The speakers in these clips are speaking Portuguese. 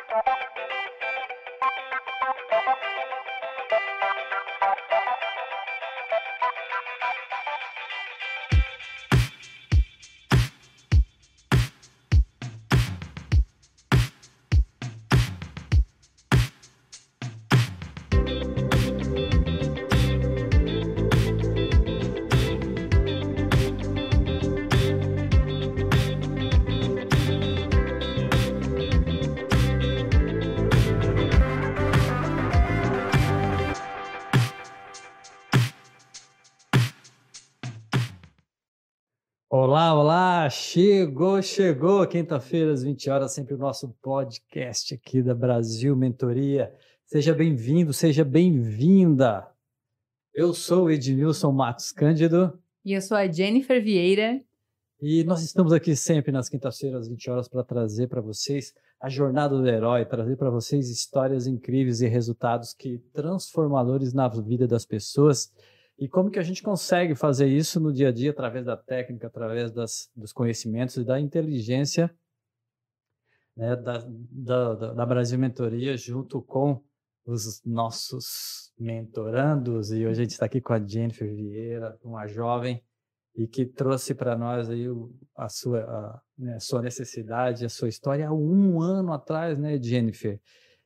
Olá, olá! Chegou! Quinta-feira, às 20 horas, sempre o nosso podcast aqui da Brasil Mentoria. Seja bem-vindo, seja bem-vinda! Eu sou o Edmilson Matos Cândido. E eu sou a Jennifer Vieira. E nós estamos aqui sempre nas quintas-feiras, às 20 horas, para trazer para vocês a jornada do herói, trazer para vocês histórias incríveis e resultados transformadores na vida das pessoas. E como que a gente consegue fazer isso no dia a dia, através da técnica, através dos conhecimentos e da inteligência, né, da Brasil Mentoria, junto com os nossos mentorandos. E hoje a gente está aqui com a Jennifer Vieira, uma jovem, e que trouxe para nós aí a sua necessidade, a sua história há um ano atrás, né, Jennifer?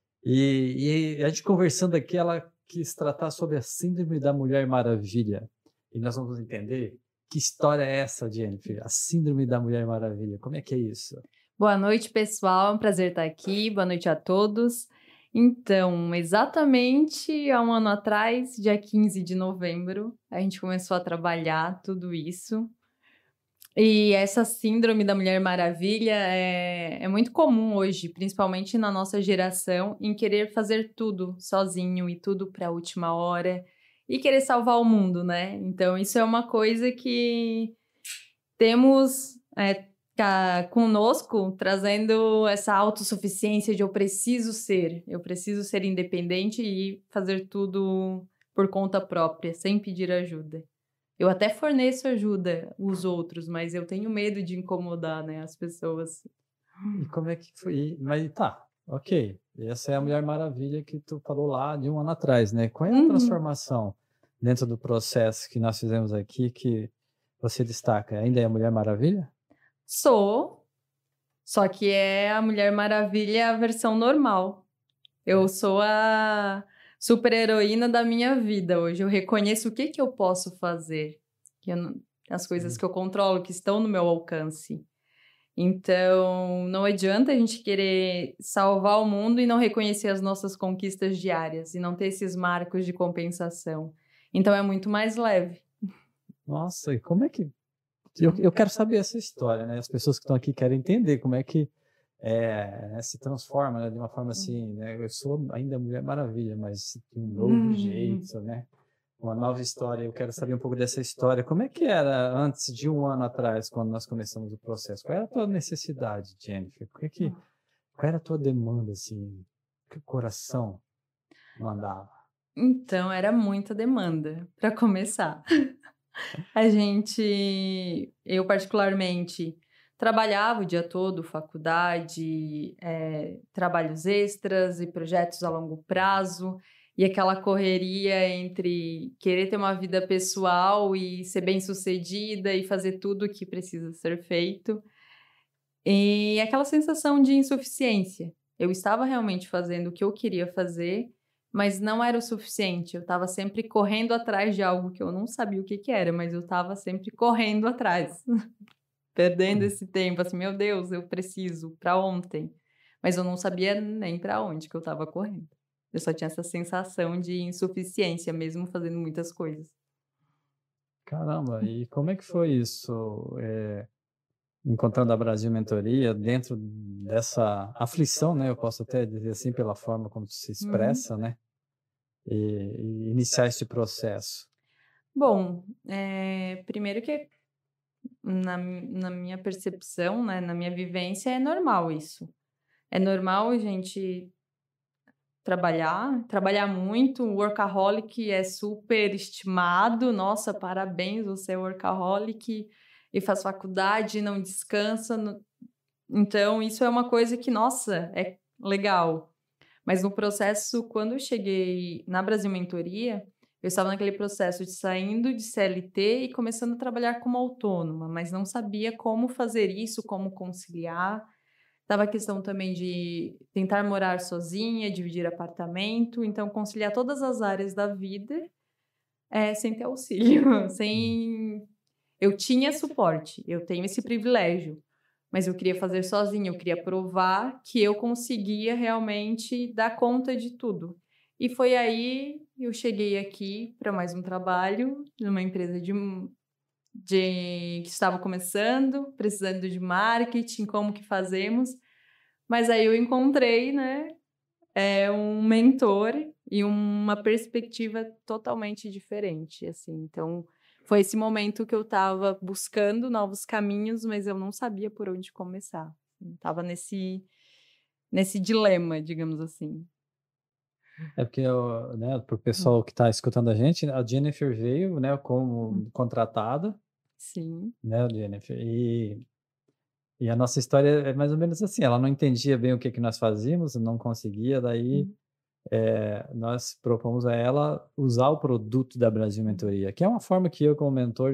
E a gente conversando aqui, ela quis tratar sobre a Síndrome da Mulher Maravilha. E nós vamos entender que história é essa, Jennifer? A Síndrome da Mulher Maravilha. Como é que é isso? Boa noite, pessoal. É um prazer estar aqui. Boa noite a todos. Então, exatamente há um ano atrás, dia 15 de novembro, a gente começou a trabalhar tudo isso. E essa Síndrome da Mulher Maravilha é muito comum hoje, principalmente na nossa geração, em querer fazer tudo sozinho e tudo para a última hora e querer salvar o mundo, né? Então, isso é uma coisa que temos conosco, trazendo essa autossuficiência de eu preciso ser independente e fazer tudo por conta própria, sem pedir ajuda. Eu até forneço ajuda aos outros, mas eu tenho medo de incomodar, né, as pessoas. E como é que foi? Mas tá, ok. Essa é a Mulher Maravilha que tu falou lá de um ano atrás, né? Qual é a transformação dentro do processo que nós fizemos aqui que você destaca? Ainda é a Mulher Maravilha? Sou, só que é a Mulher Maravilha a versão normal. Eu sou a super-heroína da minha vida hoje. Eu reconheço o que eu posso fazer, as coisas que eu controlo, que estão no meu alcance. Então, não adianta a gente querer salvar o mundo e não reconhecer as nossas conquistas diárias e não ter esses marcos de compensação. Então, é muito mais leve. Nossa, e como é que... Eu quero saber essa história, né? As pessoas que estão aqui querem entender como é que se transforma, né, de uma forma assim, né? Eu sou ainda Mulher Maravilha, mas de um novo jeito, né? Uma nova história. Eu quero saber um pouco dessa história. Como é que era antes de um ano atrás, quando nós começamos o processo? Qual era a tua necessidade, Jennifer? Qual era a tua demanda, assim? Que o coração mandava? Então, era muita demanda, para começar. Eu particularmente, trabalhava o dia todo, faculdade, trabalhos extras e projetos a longo prazo, e aquela correria entre querer ter uma vida pessoal e ser bem-sucedida e fazer tudo o que precisa ser feito. E aquela sensação de insuficiência. Eu estava realmente fazendo o que eu queria fazer, mas não era o suficiente. Eu estava sempre correndo atrás de algo que eu não sabia o que era, mas eu estava sempre correndo atrás. Perdendo esse tempo, assim, meu Deus, eu preciso, para ontem. Mas eu não sabia nem para onde que eu estava correndo. Eu só tinha essa sensação de insuficiência, mesmo fazendo muitas coisas. Caramba, e como é que foi isso? Encontrando a Brasil Mentoria dentro dessa aflição, né? Eu posso até dizer assim, pela forma como se expressa, né? E iniciar esse processo. Bom, primeiro que na minha percepção, né, na minha vivência, é normal isso. É normal a gente trabalhar muito, o workaholic é super estimado, nossa, parabéns, você é workaholic e faz faculdade, não descansa. Então, isso é uma coisa que, nossa, é legal. Mas no processo, quando eu cheguei na Brasil Mentoria, eu estava naquele processo de saindo de CLT e começando a trabalhar como autônoma, mas não sabia como fazer isso, como conciliar. Estava a questão também de tentar morar sozinha, dividir apartamento, então conciliar todas as áreas da vida, sem ter auxílio, sem... Eu tinha suporte, eu tenho esse privilégio, mas eu queria fazer sozinha, eu queria provar que eu conseguia realmente dar conta de tudo. E foi aí eu cheguei aqui para mais um trabalho numa empresa que estava começando, precisando de marketing, como que fazemos. Mas aí eu encontrei, né, um mentor e uma perspectiva totalmente diferente, assim. Então, foi esse momento que eu estava buscando novos caminhos, mas eu não sabia por onde começar. Estava nesse dilema, digamos assim. É porque, né, para o pessoal que está escutando a gente, a Jennifer veio, né, Hum. como contratada, Sim. né, Jennifer, e a nossa história é mais ou menos assim, ela não entendia bem o que nós fazíamos, não conseguia, daí Uhum. nós propomos a ela usar o produto da Brasil Mentoria, que é uma forma que eu, como mentor,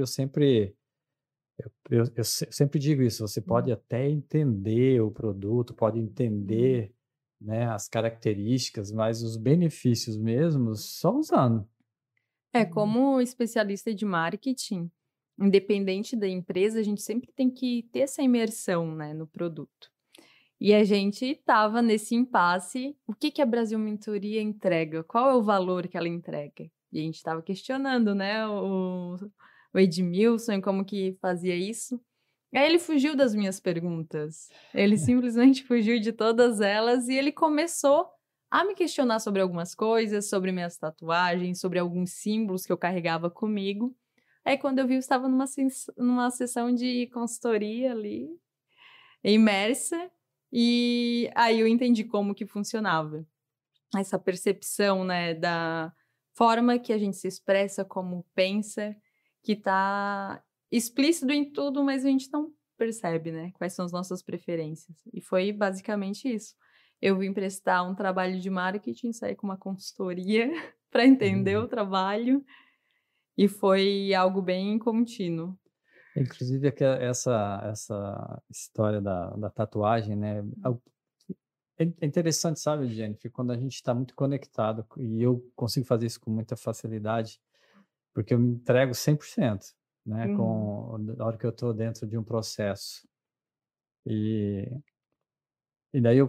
sempre digo isso, você pode Uhum. até entender o produto, pode Uhum. entender, né, as características, mas os benefícios mesmos, só usando. Como especialista de marketing, independente da empresa, a gente sempre tem que ter essa imersão, né, no produto. E a gente estava nesse impasse, o que que a Brasil Mentoria entrega? Qual é o valor que ela entrega? E a gente estava questionando, né, o Edmilson, como que fazia isso. Aí ele fugiu das minhas perguntas. Ele simplesmente fugiu de todas elas e ele começou a me questionar sobre algumas coisas, sobre minhas tatuagens, sobre alguns símbolos que eu carregava comigo. Aí quando eu vi, eu estava numa sessão de consultoria ali, imersa, e aí eu entendi como que funcionava. Essa percepção, né, da forma que a gente se expressa, como pensa, que tá explícito em tudo, mas a gente não percebe, né, quais são as nossas preferências. E foi basicamente isso. Eu vim prestar um trabalho de marketing, sair com uma consultoria para entender Uhum. o trabalho, e foi algo bem contínuo. Inclusive essa história da tatuagem, né, é interessante, sabe, Jennifer, quando a gente está muito conectado, e eu consigo fazer isso com muita facilidade, porque eu me entrego 100%, né, Uhum. na hora que eu estou dentro de um processo. E e daí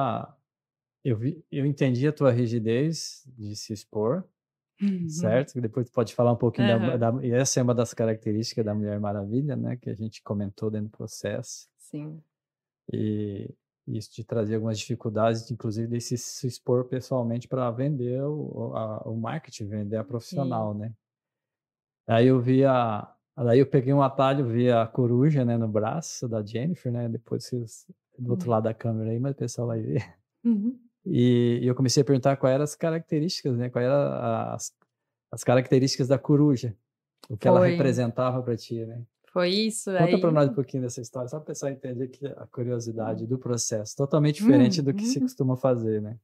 eu entendi a tua rigidez de se expor, certo? Que depois tu pode falar um pouquinho Aham. e essa é uma das características da Mulher Maravilha, né, que a gente comentou dentro do processo. Sim. E isso te trazia algumas dificuldades, inclusive de se expor pessoalmente para vender o marketing, vender a E profissional, né. Aí eu vi a Daí eu peguei um atalho, vi a coruja, né, no braço da Jennifer, né, depois vocês do outro lado da câmera aí, mas o pessoal vai ver. Uhum. E eu comecei a perguntar quais eram as características, né, quais eram as características da coruja, o que ela Foi. representava para ti, né. Foi isso Conta para aí. nós um pouquinho dessa história, só para o pessoal entender que a curiosidade do processo, totalmente diferente do que se Uhum. costuma fazer, né.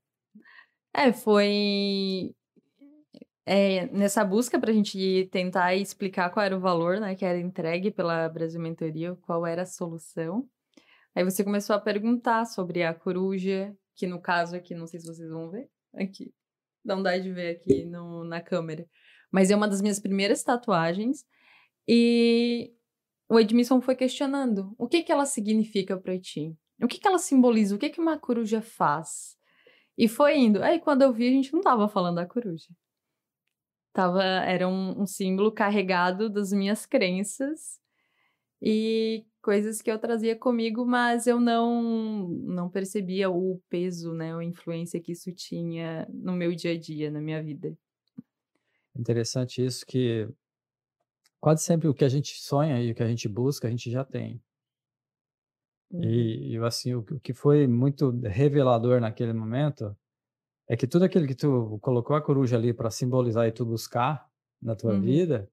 Foi, nessa busca para a gente tentar explicar qual era o valor, né, que era entregue pela Brasil Mentoria, qual era a solução. Aí você começou a perguntar sobre a coruja, que no caso aqui, não sei se vocês vão ver, aqui, não dá de ver aqui na câmera, mas é uma das minhas primeiras tatuagens, e o Edmilson foi questionando: "O que que ela significa para ti? O que que ela simboliza? O que que uma coruja faz?" E foi indo. Aí quando eu vi, a gente não estava falando da coruja. Era um símbolo carregado das minhas crenças e coisas que eu trazia comigo, mas eu não percebia o peso, né, ou a influência que isso tinha no meu dia a dia, na minha vida. Interessante isso que quase sempre o que a gente sonha e o que a gente busca, a gente já tem. Uhum, E assim, o que foi muito revelador naquele momento, é que tudo aquilo que tu colocou a coruja ali para simbolizar e tu buscar na tua uhum, vida,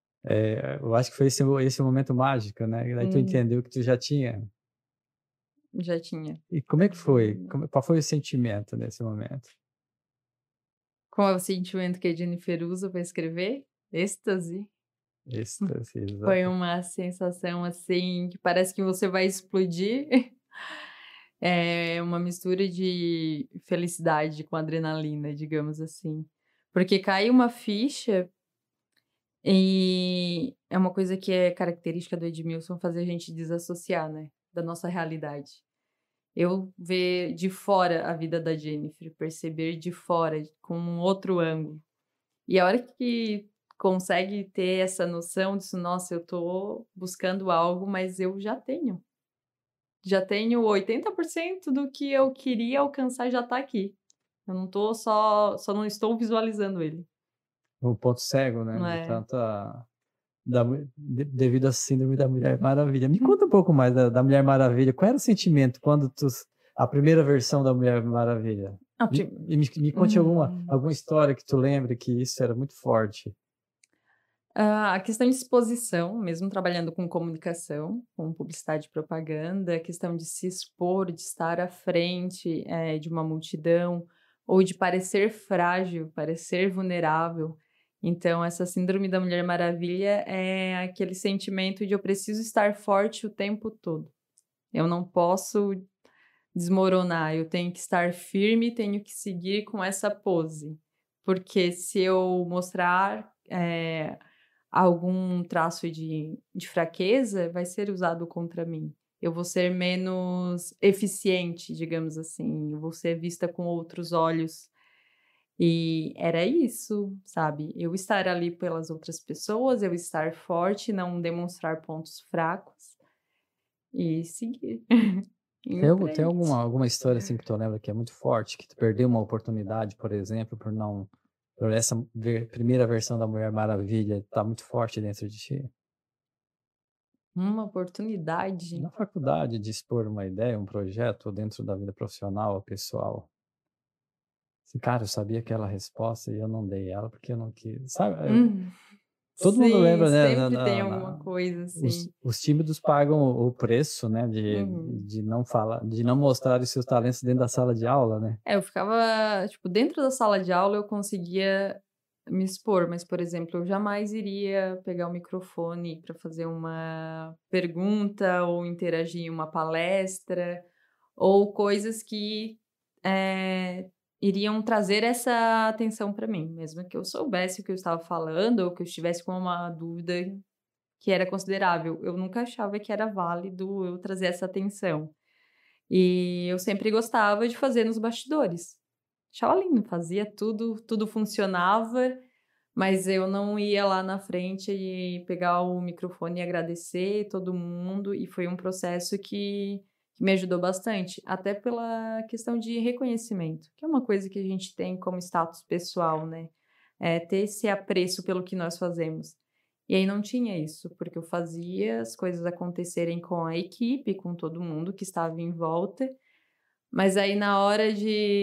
eu acho que foi esse o momento mágico, né, e daí tu uhum. entendeu que tu já tinha. Já tinha. E como é que foi? Qual foi o sentimento nesse momento? Qual é o sentimento que a Jennifer usa para escrever? Êxtase. Êxtase, Foi exato. uma sensação, assim, que parece que você vai explodir. É uma mistura de felicidade com adrenalina, digamos assim. Porque cai uma ficha e é uma coisa que é característica do Edmilson fazer a gente desassociar, né, da nossa realidade. Eu ver de fora a vida da Jennifer, perceber de fora, com um outro ângulo. E a hora que consegue ter essa noção disso, nossa, eu tô buscando algo, mas eu já tenho. Já tenho 80% do que eu queria alcançar já tá aqui. Eu não tô só não estou visualizando ele, O ponto cego, né, não de é? tanta devido à síndrome da Mulher Maravilha. Me conta um pouco mais da Mulher Maravilha. Qual era o sentimento quando a primeira versão da Mulher Maravilha? A E pri me conte alguma história que tu lembre que isso era muito forte. A questão de exposição, mesmo trabalhando com comunicação, com publicidade e propaganda, a questão de se expor, de estar à frente, de uma multidão, ou de parecer frágil, parecer vulnerável. Então, essa síndrome da Mulher Maravilha é aquele sentimento de eu preciso estar forte o tempo todo. Eu não posso desmoronar, eu tenho que estar firme, tenho que seguir com essa pose. Porque se eu mostrar algum traço de fraqueza, vai ser usado contra mim. Eu vou ser menos eficiente, digamos assim, eu vou ser vista com outros olhos. E era isso, sabe? Eu estar ali pelas outras pessoas, eu estar forte, não demonstrar pontos fracos e seguir em Tem frente. alguma história, assim, que tu lembra que é muito forte, que tu perdeu uma oportunidade, por exemplo, por essa primeira versão da Mulher Maravilha estar muito forte dentro de ti? Uma oportunidade. Na faculdade, de expor uma ideia, um projeto, ou dentro da vida profissional ou pessoal. Assim, cara, eu sabia aquela resposta e eu não dei ela porque eu não quis, sabe, Hum, todo mundo sim, lembra, né, sempre tem alguma coisa assim. os tímidos pagam o preço, né, Uhum. de não falar, de não mostrar os seus talentos dentro da sala de aula, né. Eu ficava, tipo, dentro da sala de aula eu conseguia me expor, mas, por exemplo, eu jamais iria pegar o microfone para fazer uma pergunta ou interagir em uma palestra, ou coisas que iriam trazer essa atenção para mim, mesmo que eu soubesse o que eu estava falando ou que eu estivesse com uma dúvida que era considerável. Eu nunca achava que era válido eu trazer essa atenção. E eu sempre gostava de fazer nos bastidores. Achava lindo, fazia tudo, tudo funcionava, mas eu não ia lá na frente e pegar o microfone e agradecer todo mundo, e foi um processo que me ajudou bastante, até pela questão de reconhecimento, que é uma coisa que a gente tem como status pessoal, né? É ter esse apreço pelo que nós fazemos. E aí não tinha isso, porque eu fazia as coisas acontecerem com a equipe, com todo mundo que estava em volta, mas aí na hora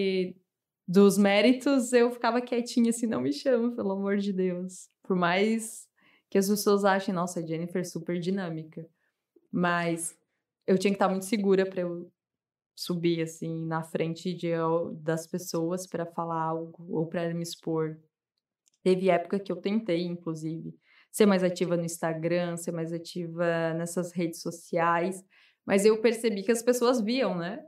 dos méritos eu ficava quietinha assim: "Não me chama, pelo amor de Deus". Por mais que as pessoas achem: "Nossa, a Jennifer é super dinâmica", mas eu tinha que estar muito segura para eu subir, assim, na frente das pessoas para falar algo ou para me expor. Teve época que eu tentei, inclusive, ser mais ativa no Instagram, ser mais ativa nessas redes sociais, mas eu percebi que as pessoas viam, né.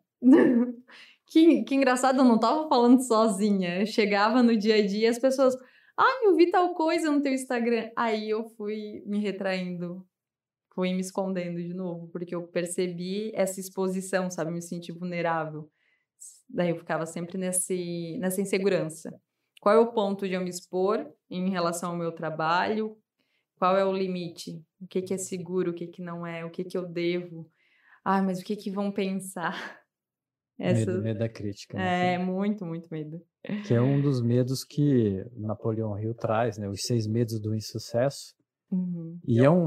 Que engraçado, eu não estava falando sozinha, eu chegava no dia a dia e as pessoas: "Ai, eu vi tal coisa no teu Instagram". Aí eu fui me retraindo, fui me escondendo de novo, porque eu percebi essa exposição, sabe, me senti vulnerável. Daí eu ficava sempre nessa insegurança. Qual é o ponto de eu me expor em relação ao meu trabalho? Qual é o limite? O que que é seguro, o que que não é? O que que eu devo? Ai, mas o que que vão pensar? Essa Medo da crítica, né, é, muito, muito medo. que é um dos medos que Napoleão Hill traz, né, os 6 medos do insucesso, Uhum,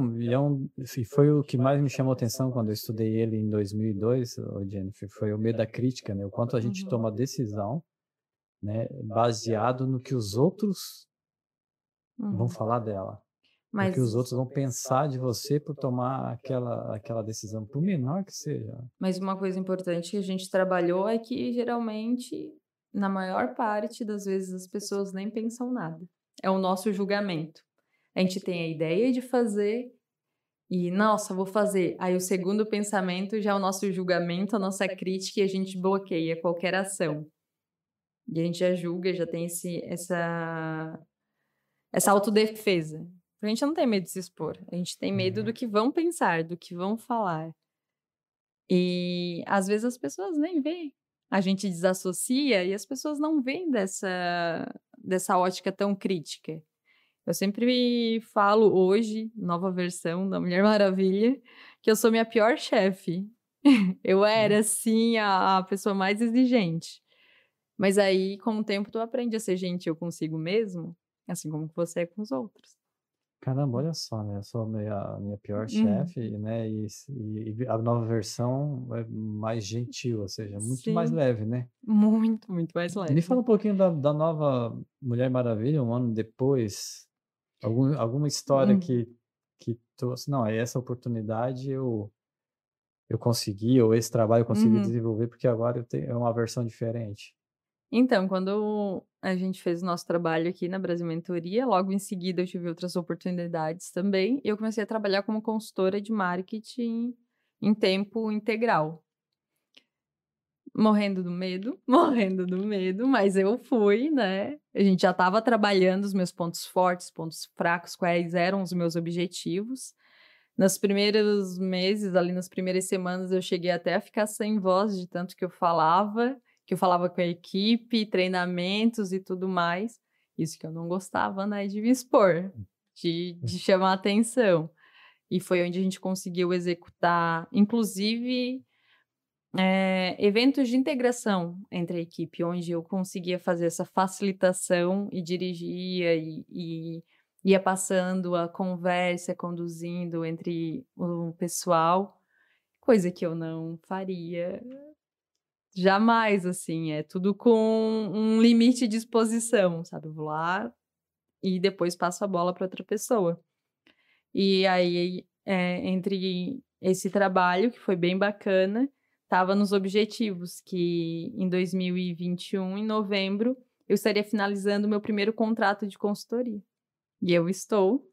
e foi o que mais me chamou a atenção quando eu estudei ele em 2002, ô Jennifer, foi o medo da crítica, né, o quanto a gente uhum, toma decisão, né, baseado no que os outros vão uhum. falar dela. O que Mas, os outros vão pensar de você por tomar aquela decisão, por menor que seja. mas uma coisa importante que a gente trabalhou é que geralmente, na maior parte das vezes, as pessoas nem pensam nada. É o nosso julgamento. A gente tem a ideia de fazer e, nossa, vou fazer. Aí o segundo pensamento já é o nosso julgamento, a nossa crítica e a gente bloqueia qualquer ação. E a gente já julga, já tem essa autodefesa. A gente não tem medo de se expor, a gente tem medo do que vão pensar, do que vão falar. E às vezes as pessoas nem veem. A gente desassocia e as pessoas não veem dessa ótica tão crítica. Eu sempre falo hoje, nova versão da Mulher Maravilha, que eu sou minha pior chefe. Eu era, sim, a pessoa mais exigente. Mas aí, com o tempo, tu aprende a ser gentil consigo mesmo, assim como você é com os outros. Caramba, olha só, né? Eu sou a minha pior Uhum. chefe, né? E a nova versão é mais gentil, ou seja, muito mais Sim, leve, né? muito, muito mais Me fala leve. um pouquinho da nova Mulher Maravilha, um ano depois. Alguma história Hum. que trouxe, não, é essa oportunidade eu consegui, ou esse trabalho eu consegui Uhum. desenvolver, porque agora eu tenho uma versão diferente. Então, quando a gente fez o nosso trabalho aqui na Brasil Mentoria, logo em seguida eu tive outras oportunidades também, e eu comecei a trabalhar como consultora de marketing em tempo integral. Morrendo do medo, morrendo do medo, mas eu fui, né? A gente já estava trabalhando os meus pontos fortes, pontos fracos, quais eram os meus objetivos. Nos primeiros meses, ali nas primeiras semanas, eu cheguei até a ficar sem voz de tanto que eu falava com a equipe, treinamentos e tudo mais. Isso que eu não gostava, né, de me expor, de chamar atenção. E foi onde a gente conseguiu executar, inclusive, eventos de integração entre a equipe, onde eu conseguia fazer essa facilitação e dirigia e ia passando a conversa, conduzindo entre o pessoal, coisa que eu não faria jamais, assim, é tudo com um limite de exposição, sabe? Eu vou lá e depois passo a bola para outra pessoa. E aí, entre esse trabalho, que foi bem bacana, estava nos objetivos que em 2021, em novembro, eu estaria finalizando o meu primeiro contrato de consultoria. E eu estou.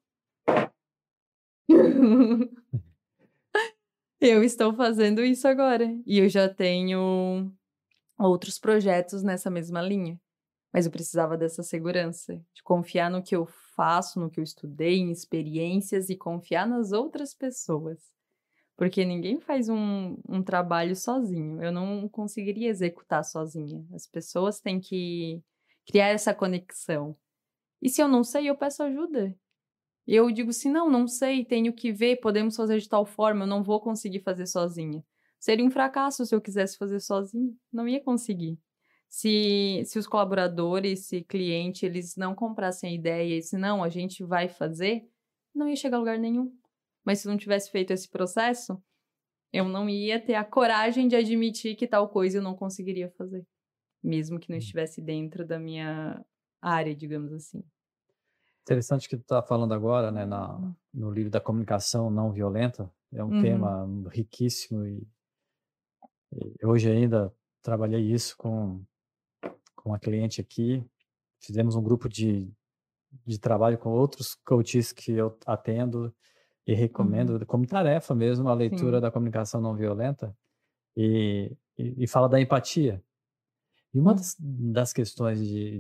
Eu estou fazendo isso agora. E eu já tenho outros projetos nessa mesma linha. Mas eu precisava dessa segurança, de confiar no que eu faço, no que eu estudei, em experiências e confiar nas outras pessoas. Porque ninguém faz um trabalho sozinho. Eu não conseguiria executar sozinha. As pessoas têm que criar essa conexão. E se eu não sei, eu peço ajuda. Eu digo assim: não, não sei, tenho que ver, podemos fazer de tal forma, eu não vou conseguir fazer sozinha. Seria um fracasso se eu quisesse fazer sozinho, não ia conseguir. Se os colaboradores, se cliente, eles não comprassem a ideia e se não, a gente vai fazer, não ia chegar a lugar nenhum. Mas se não tivesse feito esse processo, eu não ia ter a coragem de admitir que tal coisa eu não conseguiria fazer, mesmo que não estivesse dentro da minha área, digamos assim. Interessante que tu está falando agora, né, no livro da comunicação não violenta, é um Uhum, tema riquíssimo e hoje ainda trabalhei isso com uma cliente aqui, fizemos um grupo de trabalho com outros coaches que eu atendo e uhum, recomendo como tarefa mesmo a leitura sim. da comunicação não violenta e fala da empatia. E uma Hum, das questões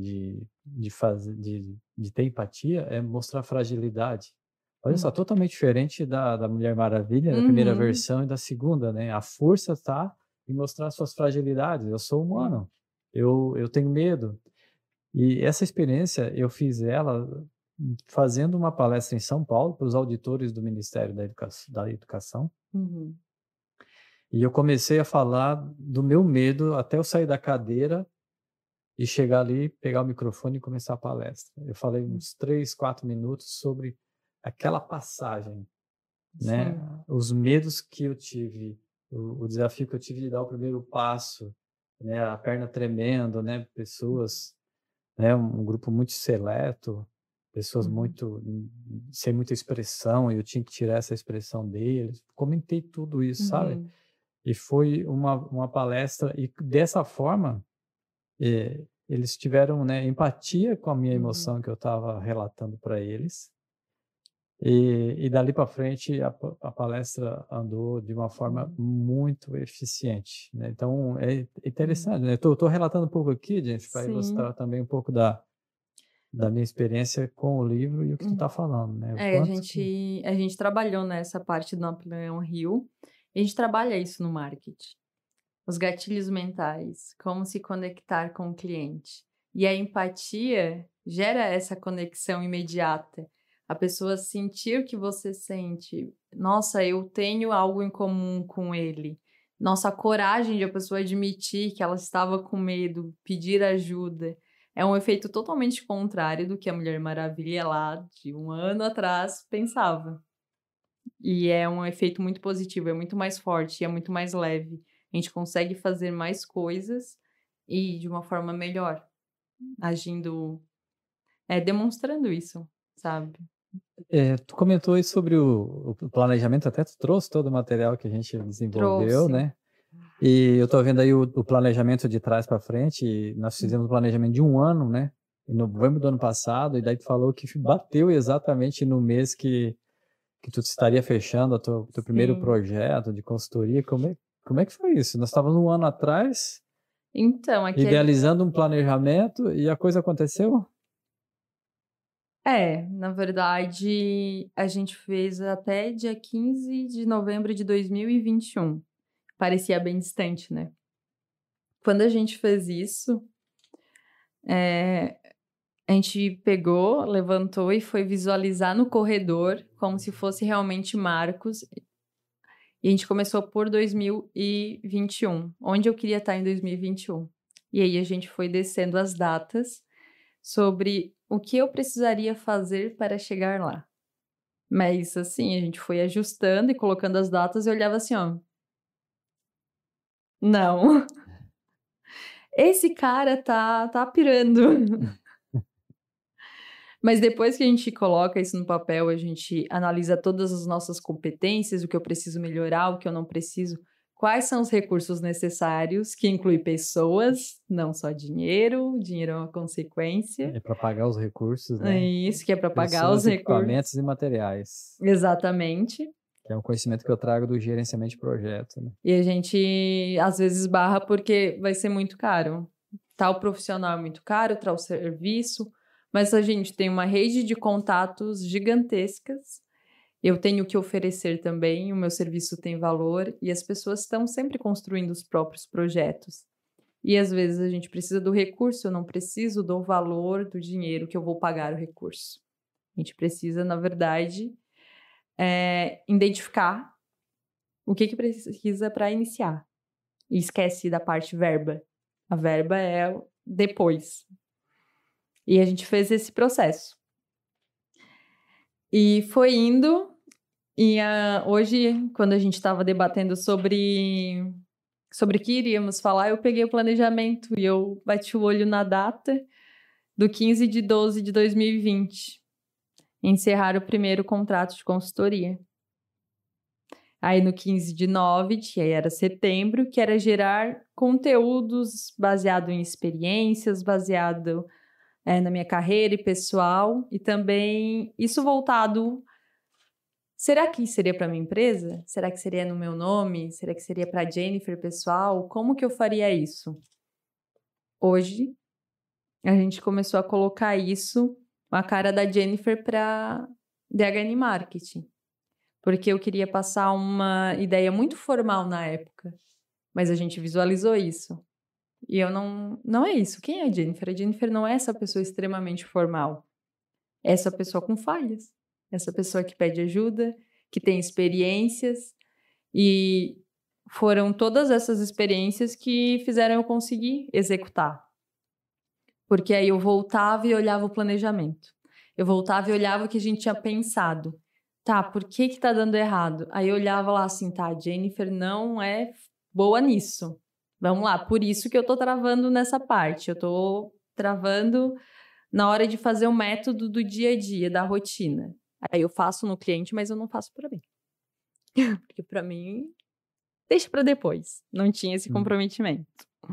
de ter empatia é mostrar fragilidade. Olha só, hum. totalmente diferente da Mulher Maravilha, da primeira Uhum, versão e da segunda, né? A força está em mostrar suas fragilidades. Eu sou sim. humano, eu tenho medo. E essa experiência eu fiz ela fazendo uma palestra em São Paulo para os auditores do Ministério da Educação. Uhum, E eu comecei a falar do meu medo até eu sair da cadeira e chegar ali, pegar o microfone e começar a palestra. Eu falei hum. uns 3, 4 minutos sobre aquela passagem, né? Sim. Os medos que eu tive, o desafio que eu tive de dar o primeiro passo, né? A perna tremendo, né? Pessoas, né? Um grupo muito seleto. pessoas sem muita expressão, e eu tinha que tirar essa expressão deles. Comentei tudo isso, sabe? E foi uma palestra, e dessa forma, eles tiveram, né, empatia com a minha emoção que eu estava relatando para eles. E dali para frente, a palestra andou de uma forma muito eficiente, né? Então, é interessante, né? Estou relatando um pouco aqui, gente, para ilustrar também um pouco da minha experiência com o livro e o que tu está falando, né? A gente trabalhou nessa parte do Napoleão Hill, e a gente trabalha isso no marketing. Os gatilhos mentais, como se conectar com o cliente. E a empatia gera essa conexão imediata. A pessoa sentir o que você sente. Nossa, eu tenho algo em comum com ele. Nossa, a coragem de a pessoa admitir que ela estava com medo, pedir ajuda. É um efeito totalmente contrário do que a Mulher Maravilha lá de 1 ano atrás pensava. E é um efeito muito positivo, é muito mais forte, é muito mais leve. A gente consegue fazer mais coisas e de uma forma melhor, agindo, demonstrando isso, sabe? Tu comentou aí sobre o planejamento, até tu trouxe todo o material que a gente desenvolveu, Trouxe. né? E eu tô vendo aí o planejamento de trás para frente, e nós fizemos um planejamento de 1 ano, né? Em novembro do ano passado, e daí tu falou que bateu exatamente no mês que tu estaria fechando teu primeiro projeto de consultoria. Como é que foi isso? Nós estávamos 1 ano atrás, Então, idealizando um planejamento, e a coisa aconteceu? Na verdade, a gente fez até dia 15 de novembro de 2021. Parecia bem distante, né? Quando a gente fez isso, a gente pegou, levantou e foi visualizar no corredor como se fosse realmente Marcos. E a gente começou por 2021, onde eu queria estar em 2021. E aí a gente foi descendo as datas sobre o que eu precisaria fazer para chegar lá. Mas assim, a gente foi ajustando e colocando as datas e olhava assim, ó. Não. Esse cara tá pirando. Mas depois que a gente coloca isso no papel, a gente analisa todas as nossas competências, o que eu preciso melhorar, o que eu não preciso, quais são os recursos necessários, que inclui pessoas, não só dinheiro, dinheiro é uma consequência. É para pagar os recursos, É né? isso, que é para pagar os Pessoas, recursos. equipamentos e materiais. Exatamente. Que é um conhecimento que eu trago do gerenciamento de projeto, né? E a gente, às vezes, barra porque vai ser muito caro. Tal profissional é muito caro, tal serviço, mas a gente tem uma rede de contatos gigantescas. Eu tenho que oferecer também, o meu serviço tem valor e as pessoas estão sempre construindo os próprios projetos. E às vezes a gente precisa do recurso, eu não preciso do valor do dinheiro que eu vou pagar o recurso. A gente precisa, na verdade, identificar o que precisa para iniciar. E esquece da parte verba. A verba é depois. E a gente fez esse processo. E foi indo. E hoje, quando a gente estava debatendo sobre o que iríamos falar, eu peguei o planejamento e eu bati o olho na data do 15 de 12 de 2020. Encerrar o primeiro contrato de consultoria. Aí no 15 de 9, que aí era setembro, que era gerar conteúdos baseado em experiências, baseado na minha carreira e pessoal, e também isso voltado. Será que seria para minha empresa? Será que seria no meu nome? Será que seria para Jennifer pessoal? Como que eu faria isso? Hoje, a gente começou a colocar isso, a cara da Jennifer para DHN Marketing. Porque eu queria passar uma ideia muito formal na época, mas a gente visualizou isso. E eu não é isso. Quem é a Jennifer? A Jennifer não é essa pessoa extremamente formal. É essa pessoa com falhas. Essa pessoa que pede ajuda, que tem experiências. E foram todas essas experiências que fizeram eu conseguir executar. Porque aí eu voltava e olhava o planejamento. Eu voltava e olhava o que a gente tinha pensado. Tá, por que tá dando errado? Aí eu olhava lá assim, tá, a Jennifer não é boa nisso. Vamos lá, por isso que eu tô travando nessa parte. Eu tô travando na hora de fazer o método do dia a dia, da rotina. Aí eu faço no cliente, mas eu não faço para mim. Porque para mim, deixa para depois. Não tinha esse comprometimento.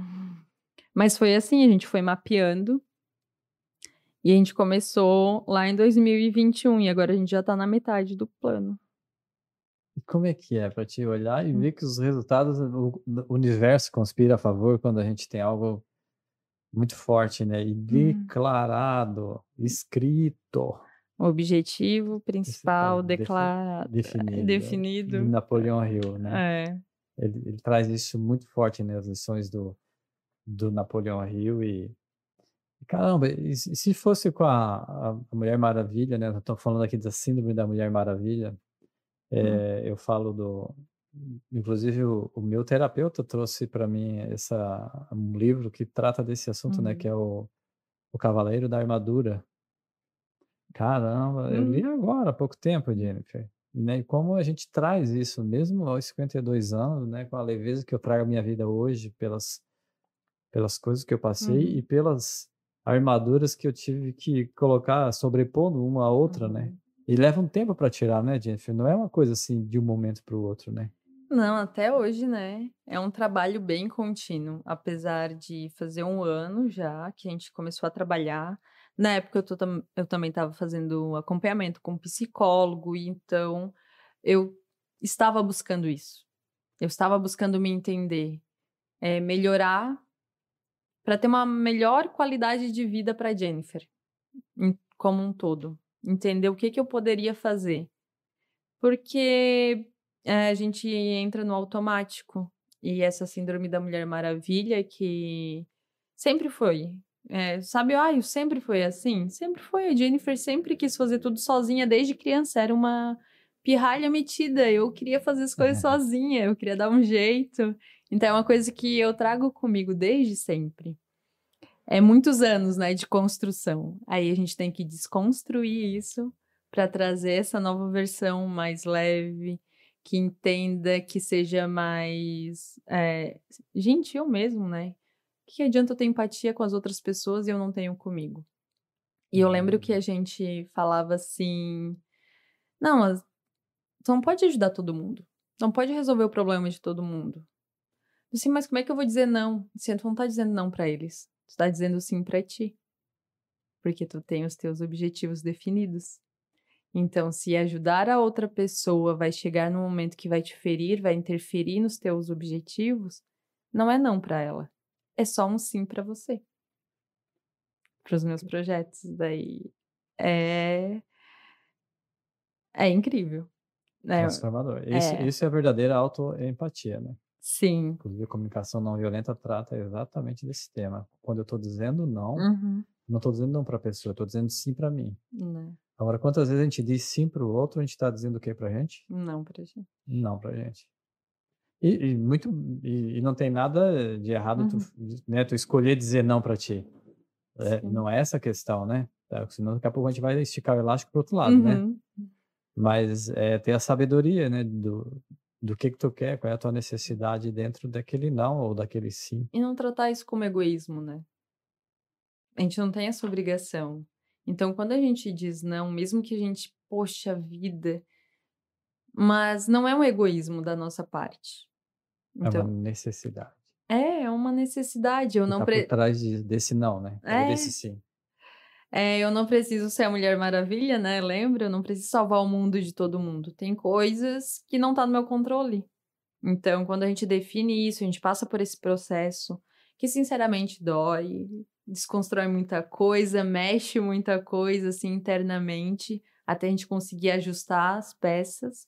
Mas foi assim, a gente foi mapeando e a gente começou lá em 2021 e agora a gente já tá na metade do plano. E como é que é para te olhar e ver que os resultados, o universo conspira a favor quando a gente tem algo muito forte, né? E declarado, escrito, O objetivo principal declarado, definido. definido. Napoleão Hill, né? É. Ele traz isso muito forte, né? As lições do Napoleão Hill e caramba, e se fosse com a Mulher Maravilha, né? Estou falando aqui da síndrome da Mulher Maravilha. Eu falo inclusive o meu terapeuta trouxe para mim um livro que trata desse assunto, né? Que é o Cavaleiro da Armadura. Caramba, eu li agora há pouco tempo, Jennifer. Né? E como a gente traz isso, mesmo aos 52 anos, né? Com a leveza que eu trago a minha vida hoje, pelas coisas que eu passei e pelas armaduras que eu tive que colocar sobrepondo uma à outra, né? E leva um tempo para tirar, né, Jennifer? Não é uma coisa assim de um momento para o outro, né? Não, até hoje, né? É um trabalho bem contínuo, apesar de fazer 1 ano já que a gente começou a trabalhar. Na época eu também estava fazendo acompanhamento com psicólogo, e então eu estava buscando isso. Eu estava buscando me entender, melhorar para ter uma melhor qualidade de vida para Jennifer, como um todo. Entender o que eu poderia fazer. Porque a gente entra no automático e essa síndrome da Mulher Maravilha que sempre foi. Sabe, eu sempre foi assim? Sempre foi. A Jennifer sempre quis fazer tudo sozinha desde criança. Era uma pirralha metida. Eu queria fazer as coisas sozinha, eu queria dar um jeito. Então é uma coisa que eu trago comigo desde sempre. É muitos anos, né, de construção. Aí a gente tem que desconstruir isso para trazer essa nova versão mais leve, que entenda, que seja mais gentil mesmo, né? O que adianta eu ter empatia com as outras pessoas e eu não tenho comigo? E eu lembro que a gente falava assim: não, você não pode ajudar todo mundo, não pode resolver o problema de todo mundo. Assim, mas como é que eu vou dizer não? Se tu não tá dizendo não para eles, tu tá dizendo sim para ti. Porque tu tem os teus objetivos definidos. Então, se ajudar a outra pessoa vai chegar no momento que vai te ferir, vai interferir nos teus objetivos, não é não para ela. É só um sim para você. Para os meus projetos. Daí é incrível. Transformador. Isso é a verdadeira autoempatia, né? Sim. Inclusive, a comunicação não violenta trata exatamente desse tema. Quando eu estou dizendo não, não estou dizendo não para a pessoa, estou dizendo sim para mim. Né. Agora, quantas vezes a gente diz sim para o outro, a gente está dizendo o que para a gente? Não pra gente. Não para a gente. E não tem nada de errado tu escolher dizer não para ti. Não é essa a questão, né? Senão daqui a pouco a gente vai esticar o elástico para o outro lado, né? Mas ter a sabedoria, né? Do que tu quer, qual é a tua necessidade dentro daquele não ou daquele sim. E não tratar isso como egoísmo, né? A gente não tem essa obrigação. Então, quando a gente diz não, mesmo que a gente, poxa vida, mas não é um egoísmo da nossa parte. É uma Então, necessidade. é uma necessidade. Eu Que não tá por trás desse não, né? Ou desse sim. eu não preciso ser a Mulher Maravilha, né? Lembra? Eu não preciso salvar o mundo de todo mundo. Tem coisas que não tá no meu controle. Então, quando a gente define isso, a gente passa por esse processo que sinceramente dói, desconstrói muita coisa, mexe muita coisa assim internamente, até a gente conseguir ajustar as peças.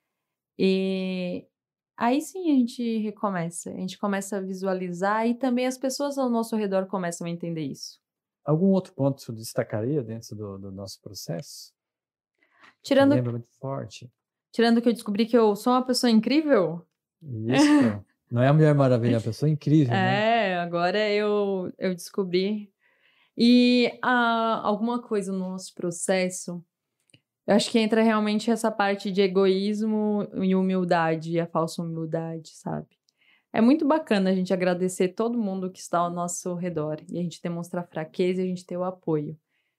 E aí sim a gente recomeça, a gente começa a visualizar e também as pessoas ao nosso redor começam a entender isso. Algum outro ponto que você destacaria dentro do nosso processo? Te Tirando, lembra muito forte? tirando que eu descobri que eu sou uma pessoa incrível. Isso. Não é a Mulher Maravilha, é uma pessoa incrível, né? Agora eu descobri. E alguma coisa no nosso processo, eu acho que entra realmente essa parte de egoísmo e humildade, a falsa humildade, sabe? É muito bacana a gente agradecer todo mundo que está ao nosso redor e a gente demonstrar fraqueza e a gente ter o apoio.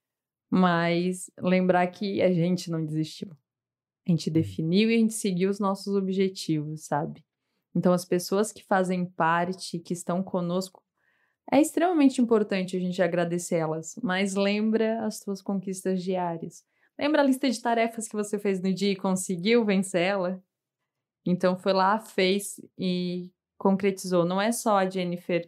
Mas lembrar que a gente não desistiu. A gente definiu e a gente seguiu os nossos objetivos, sabe? Então, as pessoas que fazem parte, que estão conosco, é extremamente importante a gente agradecer elas, mas lembra as tuas conquistas diárias. Lembra a lista de tarefas que você fez no dia e conseguiu vencer ela? Então, foi lá, fez e concretizou. Não é só a Jennifer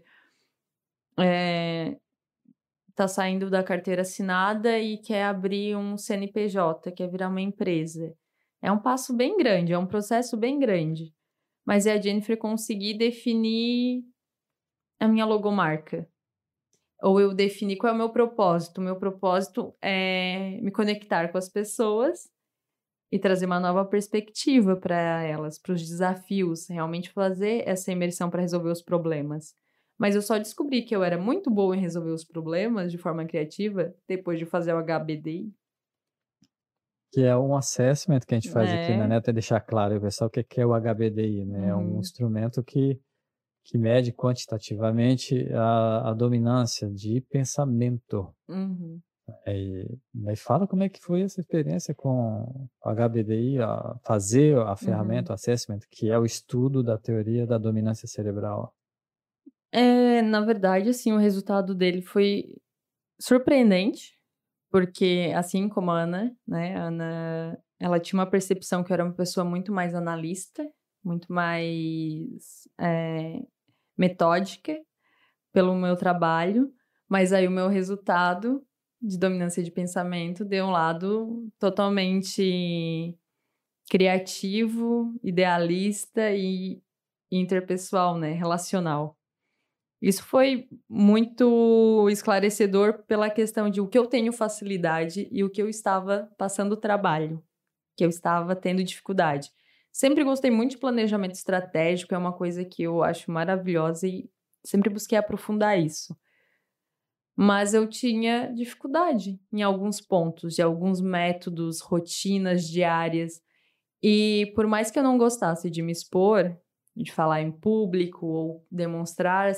tá saindo da carteira assinada e quer abrir um CNPJ, quer virar uma empresa. É um passo bem grande, é um processo bem grande. Mas é a Jennifer conseguir definir a minha logomarca. Ou eu definir qual é o meu propósito. O meu propósito é me conectar com as pessoas e trazer uma nova perspectiva para elas, para os desafios, realmente fazer essa imersão para resolver os problemas. Mas eu só descobri que eu era muito boa em resolver os problemas de forma criativa depois de fazer o HBDI. Que é um assessment que a gente faz aqui na É. Neta, deixar claro, pessoal, o que é o HBDI, né? É um Uhum. instrumento que mede quantitativamente a dominância de pensamento. Uhum. Mas fala como é que foi essa experiência com o HBDI, fazer a Uhum. ferramenta, o assessment, que é o estudo da teoria da dominância cerebral. Na verdade, assim, o resultado dele foi surpreendente, porque assim como a Ana, né, a Ana, ela tinha uma percepção que eu era uma pessoa muito mais analista, muito mais metódica pelo meu trabalho, mas aí o meu resultado de dominância de pensamento deu um lado totalmente criativo, idealista e interpessoal, né, relacional. Isso foi muito esclarecedor pela questão de o que eu tenho facilidade e o que eu estava passando trabalho, que eu estava tendo dificuldade. Sempre gostei muito de planejamento estratégico, é uma coisa que eu acho maravilhosa e sempre busquei aprofundar isso. Mas eu tinha dificuldade em alguns pontos, de alguns métodos, rotinas diárias. E por mais que eu não gostasse de me expor, de falar em público ou demonstrar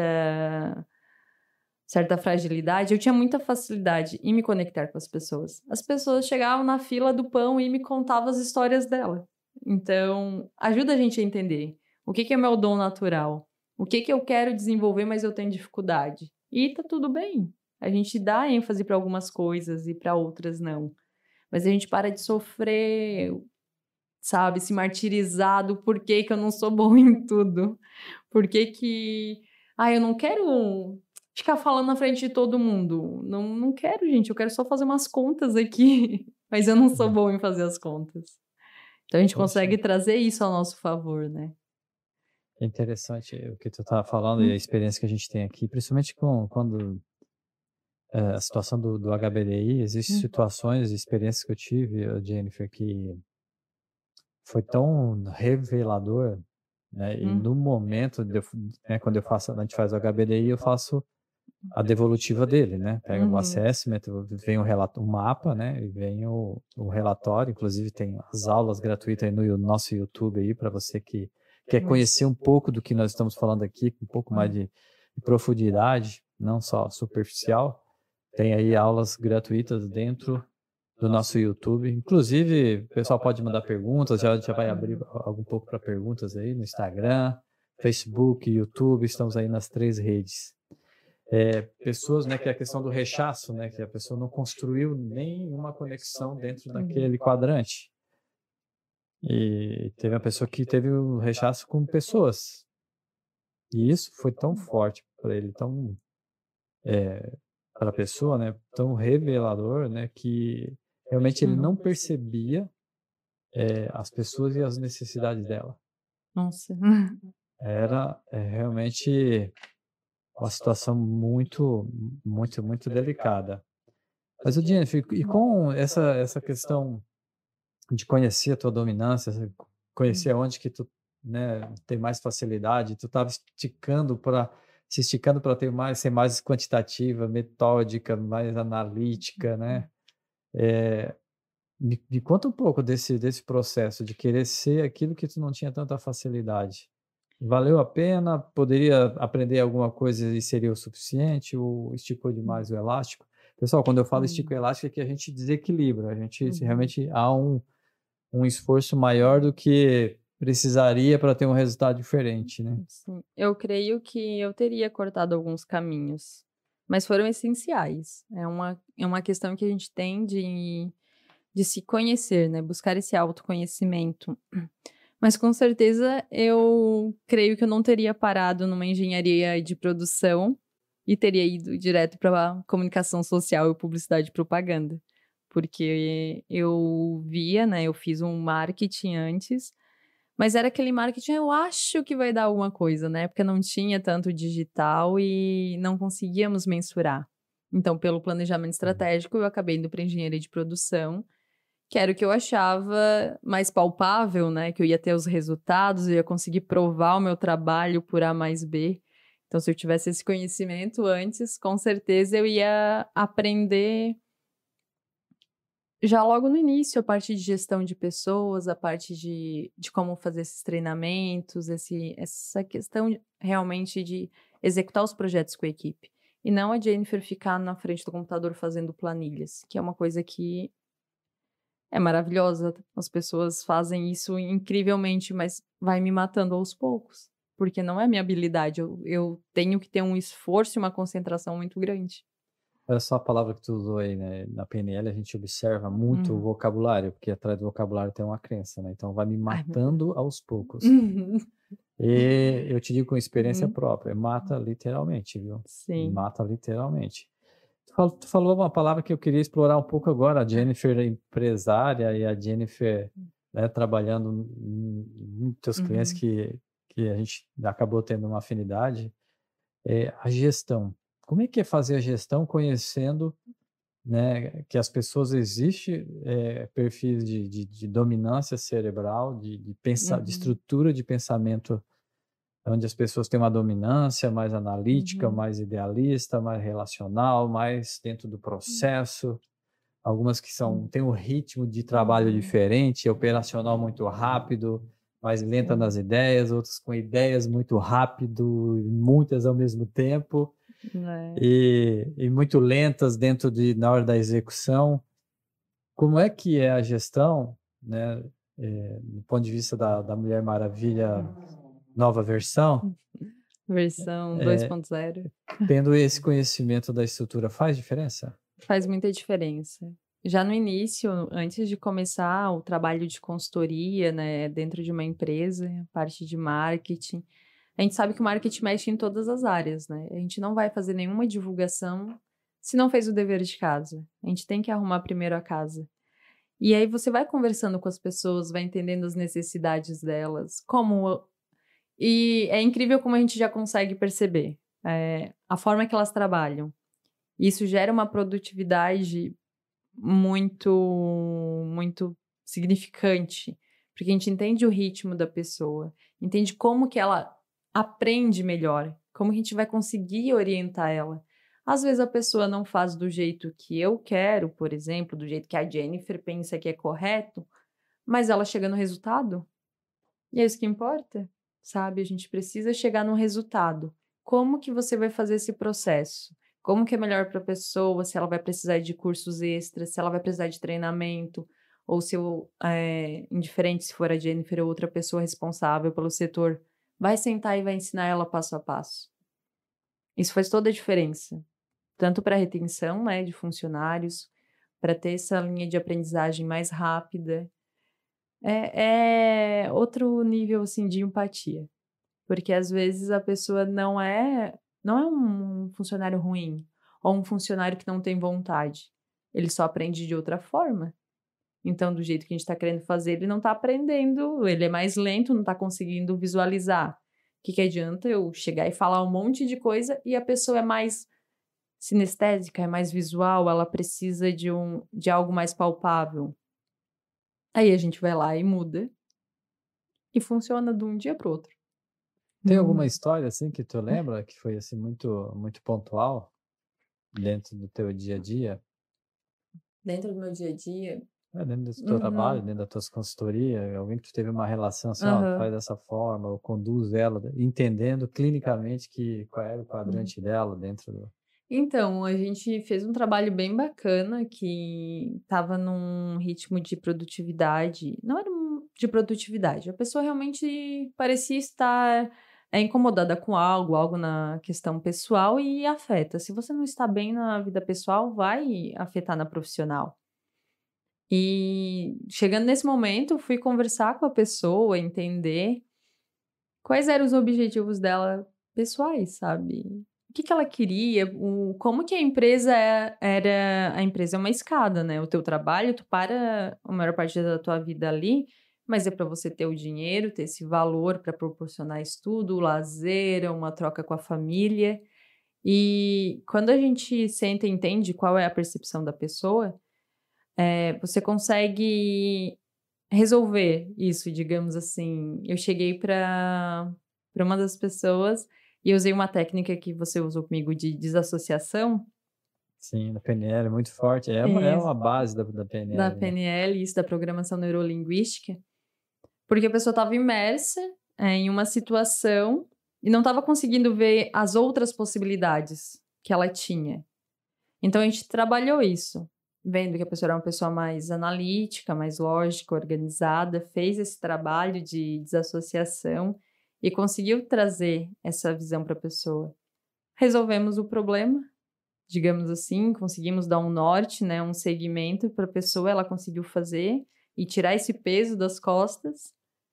certa fragilidade, eu tinha muita facilidade em me conectar com as pessoas. As pessoas chegavam na fila do pão e me contavam as histórias dela. Então, ajuda a gente a entender o que é meu dom natural, o que eu quero desenvolver, mas eu tenho dificuldade. E tá tudo bem. A gente dá ênfase para algumas coisas e para outras não. Mas a gente para de sofrer, sabe, se martirizar do porquê que eu não sou bom em tudo. Por que eu não quero ficar falando na frente de todo mundo. Não quero, gente, eu quero só fazer umas contas aqui, mas eu não sou Uhum. bom em fazer as contas. Então a gente Poxa, consegue trazer isso ao nosso favor, né. é interessante o que tu estava falando e a experiência que a gente tem aqui, principalmente quando a situação do HBDI, existem Hum, situações e experiências que eu tive, Jennifer, que foi tão revelador, né? E hum, no momento, né, quando a gente faz o HBDI, eu faço a devolutiva dele, né? Pega o uhum. assessment, vem o mapa, né? E vem o relatório. Inclusive tem as aulas gratuitas aí no nosso YouTube aí para você que quer conhecer um pouco do que nós estamos falando aqui, com um pouco mais de profundidade, não só superficial. Tem aí aulas gratuitas dentro do nosso YouTube. Inclusive, o pessoal pode mandar perguntas, já vai abrir algum pouco para perguntas aí no Instagram, Facebook, YouTube, estamos aí nas 3 redes. Pessoas, né, que é a questão do rechaço, né, que a pessoa não construiu nenhuma conexão dentro Uhum. daquele quadrante. E teve uma pessoa que teve o rechaço com pessoas. E isso foi tão forte para ele, tão para a pessoa, né, tão revelador, né, que realmente ele não percebia as pessoas e as necessidades dela. Nossa. Era realmente uma situação muito, muito, muito delicada. Mas, o Jennifer, e com essa questão de conhecer a tua dominância, conhecer onde que tu, né, tem mais facilidade, tu estava se esticando para ter mais, ser mais quantitativa, metódica, mais analítica, né? Me conta um pouco desse processo de querer ser aquilo que tu não tinha tanta facilidade. Valeu a pena? Poderia aprender alguma coisa e seria o suficiente? Ou esticou demais o elástico? Pessoal, quando eu falo estico elástico é que a gente desequilibra, a gente realmente há um esforço maior do que precisaria para ter um resultado diferente, né? Sim. Eu creio que eu teria cortado alguns caminhos, mas foram essenciais. É uma questão que a gente tem de se conhecer, né? Buscar esse autoconhecimento. Mas com certeza eu creio que eu não teria parado numa engenharia de produção e teria ido direto para comunicação social e publicidade e propaganda. Porque eu via, né? Eu fiz um marketing antes, mas era aquele marketing, eu acho que vai dar alguma coisa, né? Porque não tinha tanto digital e não conseguíamos mensurar. Então, pelo planejamento estratégico, eu acabei indo para engenharia de produção, que era o que eu achava mais palpável, né? Que eu ia ter os resultados, eu ia conseguir provar o meu trabalho por A mais B. Então, se eu tivesse esse conhecimento antes, com certeza eu ia aprender já logo no início, a parte de gestão de pessoas, a parte de como fazer esses treinamentos, essa questão realmente de executar os projetos com a equipe. E não a Jennifer ficar na frente do computador fazendo planilhas, que é uma coisa que é maravilhosa. As pessoas fazem isso incrivelmente, mas vai me matando aos poucos, porque não é minha habilidade. Eu tenho que ter um esforço e uma concentração muito grande. Olha só a palavra que tu usou aí, né? Na PNL a gente observa muito o vocabulário, porque atrás do vocabulário tem uma crença, né? Então vai me Ai, meu Deus. matando aos poucos. E eu te digo com experiência Uhum. própria, mata literalmente, viu? Sim. Mata literalmente. Tu falou uma palavra que eu queria explorar um pouco agora, a Jennifer empresária e a Jennifer, né, trabalhando em teus clientes Uhum. que a gente acabou tendo uma afinidade, é a gestão. Como é que é fazer a gestão conhecendo, né, que as pessoas existe perfis de dominância cerebral, de Uhum. estrutura de pensamento, onde as pessoas têm uma dominância mais analítica, Uhum. mais idealista, mais relacional, mais dentro do processo. Algumas que têm um ritmo de trabalho diferente, operacional muito rápido, mais lenta nas ideias, outras com ideias muito rápido, muitas ao mesmo tempo, É. e muito lentas na hora da execução. Como é que é a gestão, né, do ponto de vista da Mulher Maravilha nova versão, Versão 2.0 tendo esse conhecimento da estrutura, faz diferença? faz muita diferença. Já no início, antes de começar o trabalho de consultoria, né, dentro de uma empresa, a parte de marketing, a gente sabe que o marketing mexe em todas as áreas, né? A gente não vai fazer nenhuma divulgação se não fez o dever de casa. A gente tem que arrumar primeiro a casa. E aí você vai conversando com as pessoas, vai entendendo as necessidades delas, e é incrível como a gente já consegue perceber, a forma que elas trabalham. Isso gera uma produtividade muito, muito significante, porque a gente entende o ritmo da pessoa, entende como que ela aprende melhor, como que a gente vai conseguir orientar ela. Às vezes a pessoa não faz do jeito que eu quero, por exemplo, do jeito que a Jennifer pensa que é correto, mas ela chega no resultado. E é isso que importa, sabe? A gente precisa chegar no resultado. Como que você vai fazer esse processo? Como que é melhor para a pessoa, se ela vai precisar de cursos extras, se ela vai precisar de treinamento, ou se indiferente se for a Jennifer ou outra pessoa responsável pelo setor, vai sentar e vai ensinar ela passo a passo. Isso faz toda a diferença, tanto para a retenção, né, de funcionários, para ter essa linha de aprendizagem mais rápida, é outro nível, assim, de empatia, porque às vezes a pessoa não é um funcionário ruim, ou um funcionário que não tem vontade, ele só aprende de outra forma. Então, do jeito que a gente está querendo fazer, ele não está aprendendo, ele é mais lento, não está conseguindo visualizar. O que que adianta eu chegar e falar um monte de coisa e a pessoa é mais sinestésica, é mais visual, ela precisa de algo mais palpável. Aí a gente vai lá e muda. E funciona de um dia para o outro. Tem alguma história, assim, que tu lembra que foi, assim, muito muito pontual dentro do teu dia a dia? Dentro do meu dia a dia. Dentro do teu trabalho, Uhum. dentro das tuas consultoria, alguém que tu teve uma relação assim: "Ó, Aham. faz dessa forma", ou conduz ela, entendendo clinicamente qual era o Uhum. quadrante dela dentro do Então, a gente fez um trabalho bem bacana que estava num ritmo de produtividade, não era de produtividade, a pessoa realmente parecia estar incomodada com algo, algo na questão pessoal e afeta. Se você não está bem na vida pessoal, vai afetar na profissional. E chegando nesse momento, fui conversar com a pessoa, entender quais eram os objetivos dela pessoais, sabe. O que que ela queria, como que a empresa era a empresa é uma escada, né, o teu trabalho, tu para a maior parte da tua vida ali, mas é para você ter o dinheiro, ter esse valor para proporcionar estudo, lazer, uma troca com a família. E quando a gente senta e entende qual é a percepção da pessoa, você consegue resolver isso, digamos assim. Eu cheguei para uma das pessoas e usei uma técnica que você usou comigo de desassociação, Sim, da PNL é muito forte, é eh, uma base da da PNL, né. PNL, isso, da programação neurolinguística, porque a pessoa estava imersa, em uma situação e não estava conseguindo ver as outras possibilidades que ela tinha. Então a gente trabalhou isso, vendo que a pessoa era uma pessoa mais analítica, mais lógica, organizada, fez esse trabalho de desassociação e conseguiu trazer essa visão para a pessoa. Resolvemos o problema, digamos assim, conseguimos dar um norte, né, um segmento para a pessoa, ela conseguiu fazer e tirar esse peso das costas.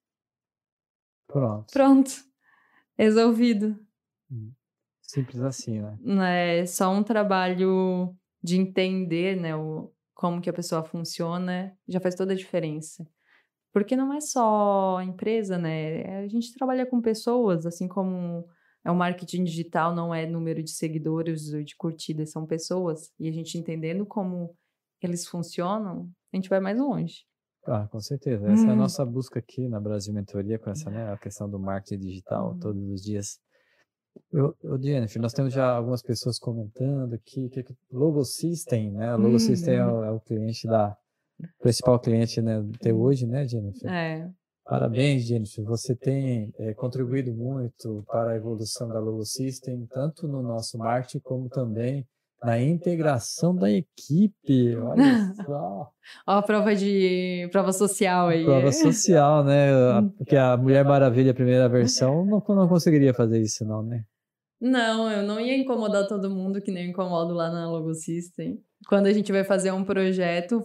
Pronto. Pronto, resolvido. Hum. Simples assim, né. É só um trabalho de entender, né, como que a pessoa funciona, já faz toda a diferença. Porque não é só a empresa, né, a gente trabalha com pessoas, assim como o marketing digital não é número de seguidores ou de curtidas, são pessoas, e a gente entendendo como eles funcionam, a gente vai mais longe. Ah, com certeza. Essa é a Hum. nossa busca aqui na Brasil Mentoria com essa, né, a questão do marketing digital Hum. todos os dias. Jennifer, nós temos já algumas pessoas comentando aqui que Logo System, né, a Logo System é o cliente principal cliente, né, teu hoje, né, Jennifer? É. Parabéns, Jennifer. Você tem contribuído muito para a evolução da Logo System, tanto no nosso marketing como também na integração da equipe. Olha só. Ó a prova social Prova aí. social, né? Hum. Porque a Mulher Maravilha, a primeira versão, não conseguiria fazer isso, não, né? Não, eu não ia incomodar todo mundo que nem eu incomodo lá na Logo System. Quando a gente vai fazer um projeto,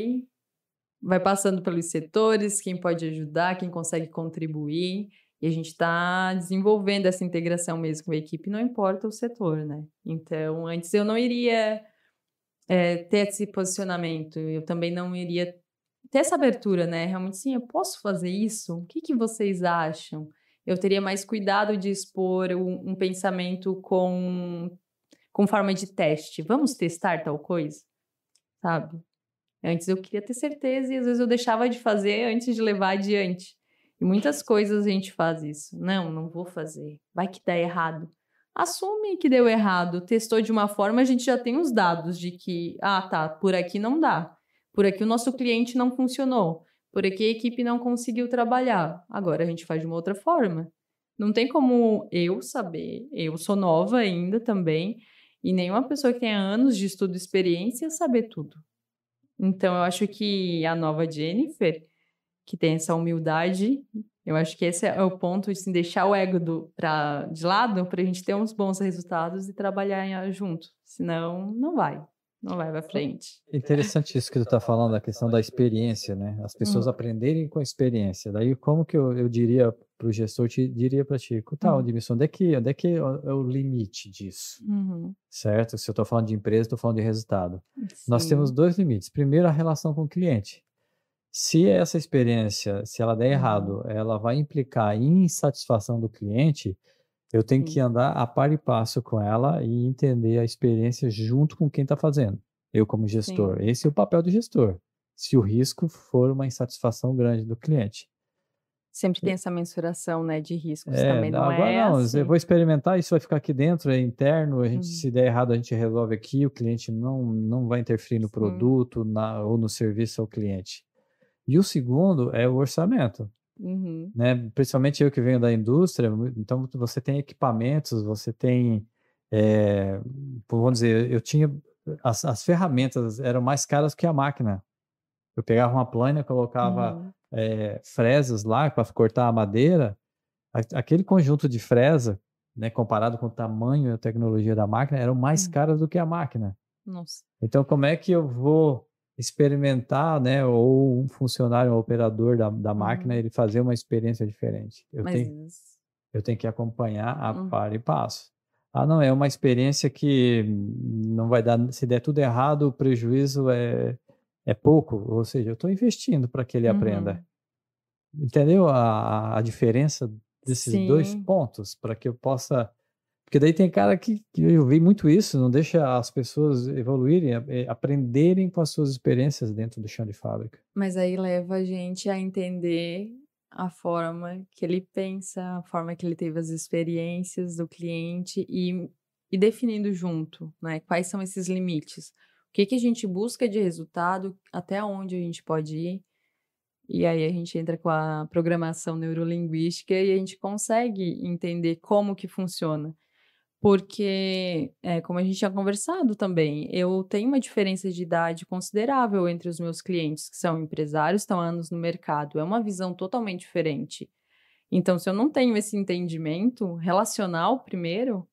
vai passando pelos setores, quem pode ajudar, quem consegue contribuir, e a gente está desenvolvendo essa integração mesmo com a equipe, não importa o setor, né. Então, antes eu não iria, ter esse posicionamento, eu também não iria ter essa abertura, né, realmente: "Sim, eu posso fazer isso? O que que vocês acham?". Eu teria mais cuidado de expor um pensamento com forma de teste. "Vamos testar tal coisa?", sabe. Antes eu queria ter certeza e às vezes eu deixava de fazer antes de levar adiante. E muitas coisas a gente faz isso. "Não, não vou fazer, vai que dá errado". Assume que deu errado, testou de uma forma, a gente já tem os dados de que: "Ah, tá, por aqui não dá. Por aqui o nosso cliente não funcionou. Por aqui a equipe não conseguiu trabalhar. Agora a gente faz de uma outra forma". Não tem como eu saber, eu sou nova ainda também, e nenhuma pessoa que tenha anos de estudo e experiência saber tudo. Então eu acho que a nova Jennifer, que tem essa humildade, eu acho que esse é o ponto, assim, deixar o ego de lado, para a gente ter uns bons resultados e trabalhar junto, senão não vai para frente. Interessante isso que tu está falando, a questão da experiência, né? As pessoas Hum, aprenderem com a experiência. Daí, como que eu diria para o gestor, diria para ti, tá, uhum, Edmilson, onde é que é o limite disso? uhum, Certo? Se eu estou falando de empresa, estou falando de resultado. Nós temos sim, dois limites. Primeiro, a relação com o cliente. Se essa experiência, se ela der uhum, errado, ela vai implicar em insatisfação do cliente, eu tenho que sim, andar a par e passo com ela e entender a experiência junto com quem está fazendo. Eu, como gestor. sim. Esse é o papel do gestor. Se o risco for uma insatisfação grande do cliente. Sempre tem essa mensuração, né, de riscos É, também, não agora é não, eu assim. vou experimentar, isso vai ficar aqui dentro, é interno, a gente, Uhum, se der errado, a gente resolve aqui, o cliente não vai interferir no sim, produto ou no serviço ao cliente. E o segundo é o orçamento. uhum, Né, principalmente eu que venho da indústria, então você tem equipamentos, você tem Vamos dizer, eu tinha as ferramentas eram mais caras que a máquina. Eu pegava uma plana, colocava Uhum. fresas lá para cortar a madeira, aquele conjunto de fresa, né, comparado com o tamanho e a tecnologia da máquina, eram mais Hum. caras do que a máquina. Nossa. Então, como é que eu vou experimentar, né, ou um funcionário, um operador da máquina, Uhum. ele fazer uma experiência diferente? Mas Eu tenho que acompanhar a hum, par e passo. Ah, não, é uma experiência que não vai dar, se der tudo errado, o prejuízo é pouco, ou seja, eu estou investindo para que ele aprenda. uhum. Entendeu a diferença desses 2 Sim. pontos? Para que eu possa, porque daí tem cara que eu vi muito isso, não deixa as pessoas evoluírem, aprenderem com as suas experiências dentro do chão de fábrica. Mas aí leva a gente a entender a forma que ele pensa, a forma que ele teve as experiências do cliente e definindo junto, né, quais são esses limites. O que que a gente busca de resultado, até onde a gente pode ir, e aí a gente entra com a programação neurolinguística e a gente consegue entender como que funciona. Porque, como a gente tinha conversado também, eu tenho uma diferença de idade considerável entre os meus clientes, que são empresários, estão há anos no mercado, é uma visão totalmente diferente. Então, se eu não tenho esse entendimento relacional primeiro,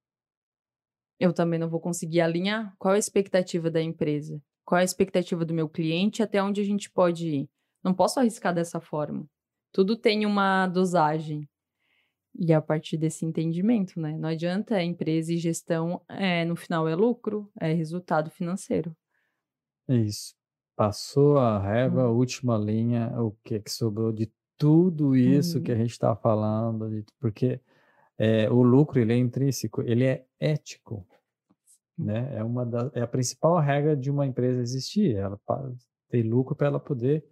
eu também não vou conseguir alinhar qual é a expectativa da empresa, qual é a expectativa do meu cliente, até onde a gente pode ir. Não posso arriscar dessa forma. Tudo tem uma dosagem. E a partir desse entendimento, né, não adianta a empresa e gestão, no final é lucro, é resultado financeiro. É isso. Passou a régua, a Hum. última linha, o que que sobrou de tudo isso que a Uhum, gente está falando, porque, o lucro ele é intrínseco, ele é ético, hum, né, é a principal regra de uma empresa existir, ela ter lucro para ela poder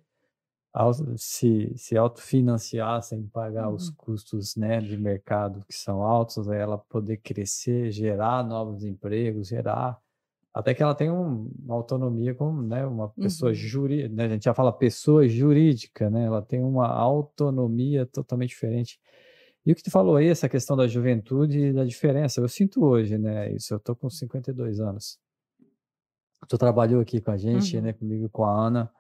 se autofinanciar sem pagar os uhum, custos, né, de mercado que são altos, aí ela poder crescer, gerar novos empregos, gerar até que ela tenha uma autonomia como, né, uma pessoa uhum. jurídica, né, a gente já fala pessoa jurídica, né, ela tem uma autonomia totalmente diferente. E o que tu falou aí, essa questão da juventude e da diferença, eu sinto hoje, né, isso, eu tô com 52 anos. Tu trabalhou aqui com a gente, né, Uhum. comigo e com a Ana,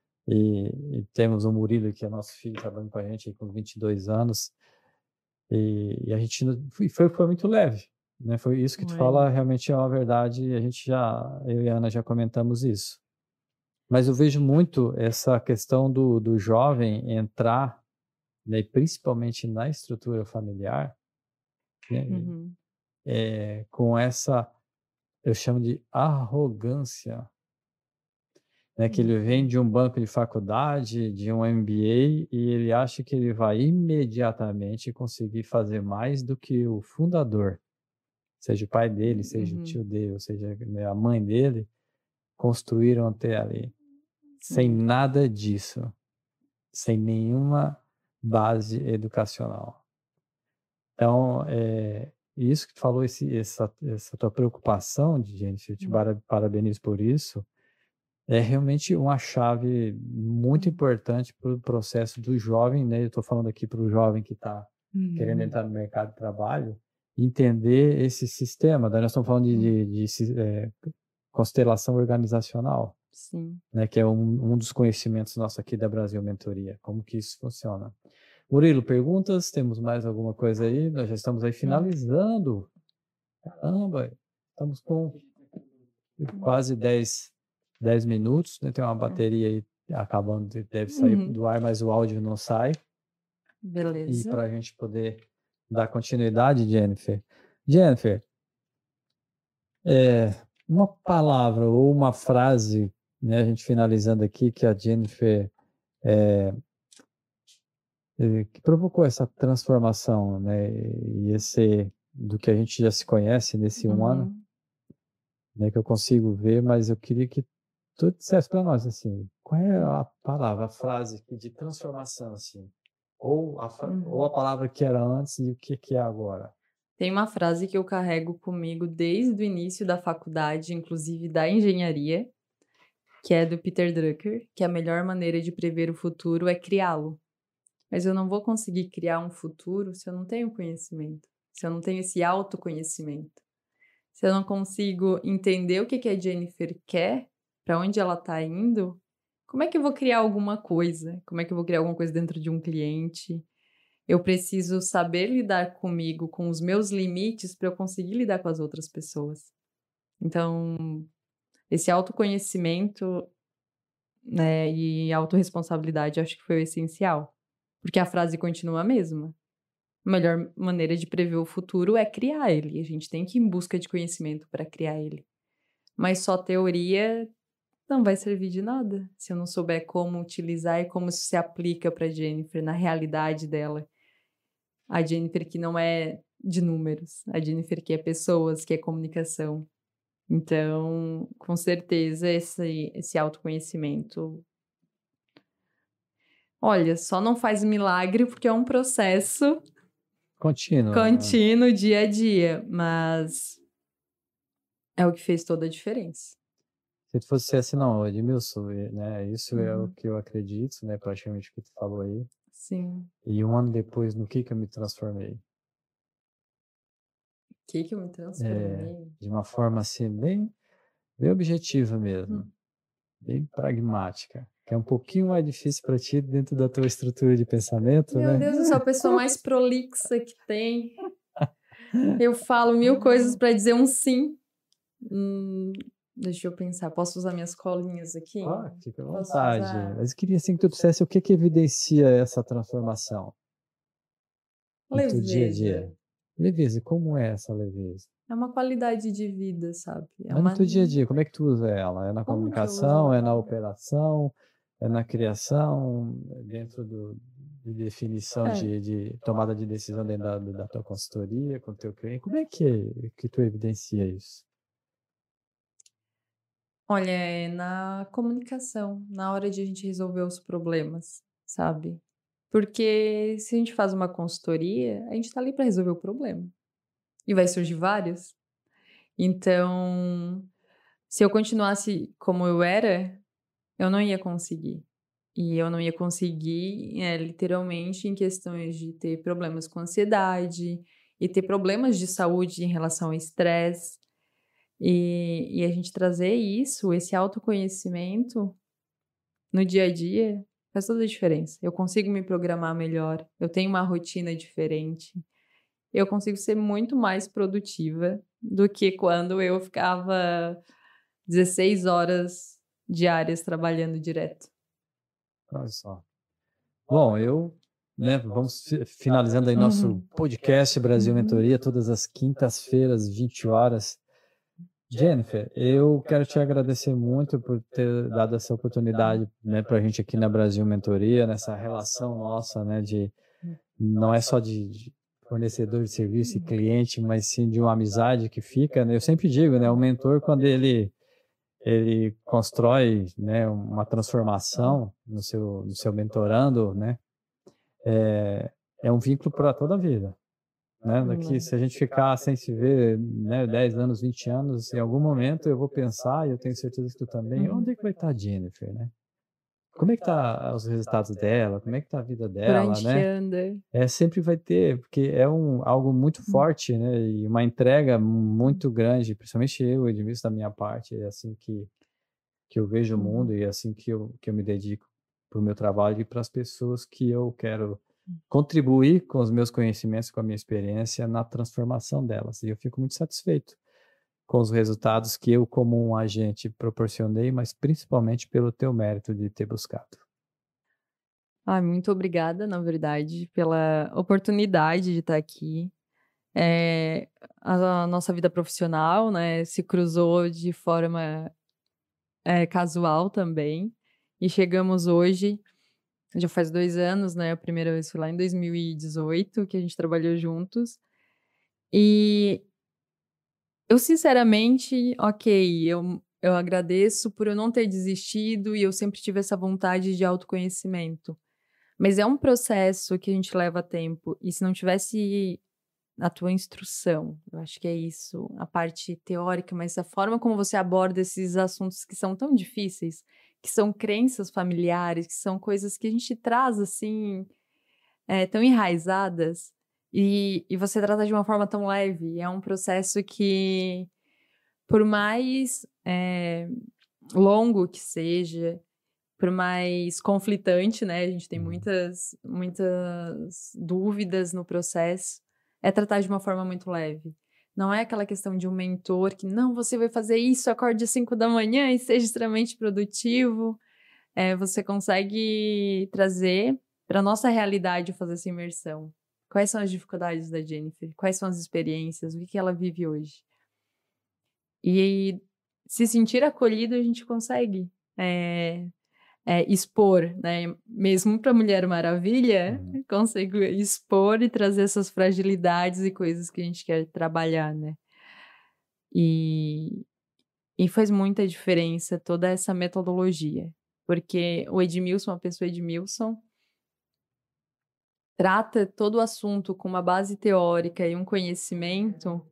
e temos o Murilo, que é nosso filho, trabalhando com a gente aí com 22 anos, e a gente não foi muito leve, né, foi isso que tu É. fala, realmente é uma verdade, e a gente já eu e a Ana já comentamos isso. Mas eu vejo muito essa questão do jovem entrar, né, e principalmente na estrutura familiar, né, Uhum, com essa, eu chamo de arrogância, né, que ele vem uhum, de um banco de faculdade, de um MBA, e ele acha que ele vai imediatamente conseguir fazer mais do que o fundador, seja o pai dele, seja o uhum. tio dele, ou seja, né, a mãe dele, construíram até ali, sem É. nada disso, sem nenhuma base educacional. Então, isso que tu falou, essa tua preocupação, de gente, eu te Hum, parabenizo por isso, é realmente uma chave muito hum, importante para o processo do jovem, né? Eu estou falando aqui para o jovem que está querendo uhum, entrar no mercado de trabalho, entender esse sistema. Daí nós estamos falando hum. constelação organizacional, Sim. né? Que é um dos conhecimentos nossos aqui da Brasil Mentoria, como que isso funciona. Murilo, perguntas? Temos mais alguma coisa aí? Nós já estamos aí Hum, finalizando. Caramba, estamos com quase dez minutos, né? Tem uma hum. bateria aí acabando, deve sair Uhum. do ar, mas o áudio não sai. E Beleza. para a gente poder dar continuidade, Jennifer. Jennifer, é, uma palavra ou uma frase, né? A gente finalizando aqui, que a Jennifer que provocou essa transformação, né? E esse do que a gente já se conhece nesse um ano, Uhum. né? Que eu consigo ver, mas eu queria que tu dissesse para nós assim, qual é a palavra, a frase de transformação assim, ou a Uhum. palavra que era antes e o que é agora. Tem uma frase que eu carrego comigo desde o início da faculdade, inclusive da engenharia, que é do Peter Drucker, que a melhor maneira de prever o futuro é criá-lo. Mas eu não vou conseguir criar um futuro se eu não tenho conhecimento, se eu não tenho esse autoconhecimento. se eu não consigo entender o que que a Jennifer quer, para onde ela está indo, como é que eu vou criar alguma coisa? Como é que eu vou criar alguma coisa dentro de um cliente? Eu preciso saber lidar comigo, com os meus limites, para eu conseguir lidar com as outras pessoas. Então, esse autoconhecimento, né, e autorresponsabilidade, acho que foi o essencial. Porque a frase continua a mesma. A melhor maneira de prever o futuro é criar ele. A gente tem que ir em busca de conhecimento para criar ele. Mas só teoria não vai servir de nada se eu não souber como utilizar e como isso se aplica para Jennifer na realidade dela. A Jennifer que não é de números, a Jennifer que é pessoas, que é comunicação. Então, com certeza, esse autoconhecimento. Olha, só não faz milagre porque é um processo Contínuo, né? contínuo, dia a dia, mas é o que fez toda a diferença. Se fosse assim, não, Edmilson, né? Isso é o Uhum. que eu acredito, né? Praticamente o que tu falou aí. Sim. E um ano depois, no que eu me transformei? O que eu me transformei? De uma forma assim, bem objetiva mesmo, Hum. bem pragmática. Que é um pouquinho mais difícil para ti dentro da tua estrutura de pensamento, Meu né? Deus, eu sou a pessoa mais prolixa que tem. Eu falo 1000 coisas para dizer um sim. Deixa eu pensar, posso usar minhas colinhas aqui? Ah, fica à Posso vontade. usar? Mas eu queria assim que tu dissesse o que que evidencia essa transformação no teu dia a Leveza. dia. Leveza, como é essa leveza? É uma qualidade de vida, sabe? É Mas no uma... teu dia a dia, como é que tu usa ela? É na Como que eu comunicação, uso? é na operação, é na criação, é dentro de definição É, de tomada de decisão dentro da tua consultoria, com o teu cliente? Como é que tu evidencia isso? olha, é na comunicação, na hora de a gente resolver os problemas, sabe? Porque se a gente faz uma consultoria, a gente tá ali para resolver o problema. E vai surgir vários. Então, se eu continuasse como eu era, eu não ia conseguir. E eu não ia conseguir, literalmente, em questões de ter problemas com ansiedade e ter problemas de saúde em relação ao estresse. E a gente trazer isso, esse autoconhecimento no dia a dia, faz toda a diferença. Eu consigo me programar melhor, eu tenho uma rotina diferente, eu consigo ser muito mais produtiva do que quando eu ficava 16 horas diárias trabalhando direto. Olha só. Bom, né, vamos finalizando aí nosso Uhum. podcast Brasil Uhum. Mentoria, todas as quintas-feiras, 20 horas. Jennifer, eu quero te agradecer muito por ter dado essa oportunidade, né, para a gente aqui na Brasil Mentoria, nessa relação nossa, né, não é só de fornecedor de serviço e cliente, mas sim de uma amizade que fica, né? Eu sempre digo, né, o mentor, quando ele constrói, né, uma transformação no seu mentorando, né, é um vínculo para toda a vida. Né? Daqui, se a gente ficar sem se ver, né, 10 anos, 20 anos, em algum momento eu vou pensar, e eu tenho certeza que tu também, Uhum. onde é que vai estar a Jennifer, né? Como é que tá os resultados dela? Como é que tá a vida Por dela, onde que né? anda? Sempre vai ter, porque é algo muito forte, né? E uma entrega muito grande, principalmente eu, Edmilson, da minha parte, é assim que eu vejo o mundo Uhum. e é assim que eu me dedico para o meu trabalho e para as pessoas que eu quero contribuir com os meus conhecimentos, com a minha experiência na transformação delas. E eu fico muito satisfeito com os resultados que eu, como um agente, proporcionei, mas principalmente pelo teu mérito de ter buscado. Ai, muito obrigada, na verdade, pela oportunidade de estar aqui. Eh, a nossa vida profissional, né, se cruzou de forma, casual também, e chegamos hoje, já faz 2 anos, né, a primeira vez foi lá em 2018 que a gente trabalhou juntos, e eu sinceramente, ok, eu agradeço por eu não ter desistido e eu sempre tive essa vontade de autoconhecimento, mas é um processo que a gente leva tempo, e se não tivesse a tua instrução, eu acho que é isso, a parte teórica, mas a forma como você aborda esses assuntos que são tão difíceis, que são crenças familiares, que são coisas que a gente traz assim, tão enraizadas, e você trata de uma forma tão leve, é um processo que por mais longo que seja, por mais conflitante, né? A gente tem muitas dúvidas no processo, é tratar de uma forma muito leve. Não é aquela questão de um mentor que, não, você vai fazer isso, acorde às 5 da manhã e seja extremamente produtivo. Você consegue trazer para a nossa realidade fazer essa imersão. Quais são as dificuldades da Jennifer? Quais são as experiências? O que ela vive hoje? E se sentir acolhido, a gente consegue expor, né? Mesmo para a Mulher Maravilha, consigo expor e trazer essas fragilidades e coisas que a gente quer trabalhar, né? E faz muita diferença toda essa metodologia, porque o Edmilson, a pessoa Edmilson, trata todo o assunto com uma base teórica e um conhecimento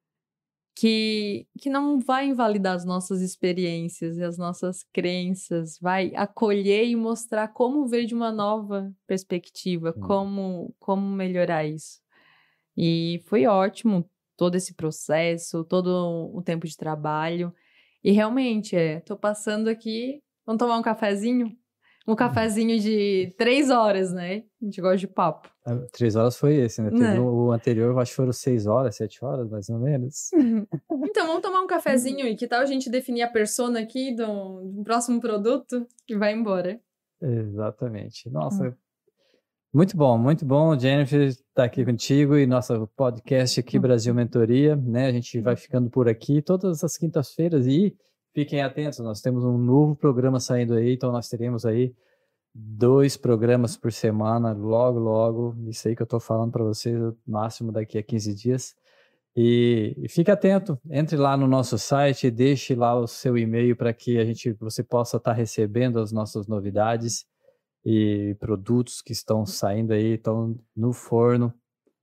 que não vai invalidar as nossas experiências e as nossas crenças, vai acolher e mostrar como ver de uma nova perspectiva, como melhorar isso. E foi ótimo todo esse processo, todo o tempo de trabalho. E realmente, tô passando aqui, vamos tomar um cafezinho? Um cafezinho de 3 horas, né? A gente gosta de papo. 3 horas foi esse, né? Teve o anterior, acho que foram 6 horas, 7 horas, mais ou menos. Então, vamos tomar um cafezinho e que tal a gente definir a persona aqui do próximo produto e vai embora. Exatamente. Nossa, muito bom, Jennifer, estar aqui contigo e nosso podcast aqui, Brasil Mentoria, né? A gente vai ficando por aqui todas as quintas-feiras e fiquem atentos, nós temos um novo programa saindo aí, então nós teremos aí 2 programas por semana, logo, isso aí que eu tô falando para vocês, no máximo daqui a 15 dias. E fique atento, entre lá no nosso site, deixe lá o seu e-mail para que você possa estar recebendo as nossas novidades e produtos que estão saindo aí, estão no forno.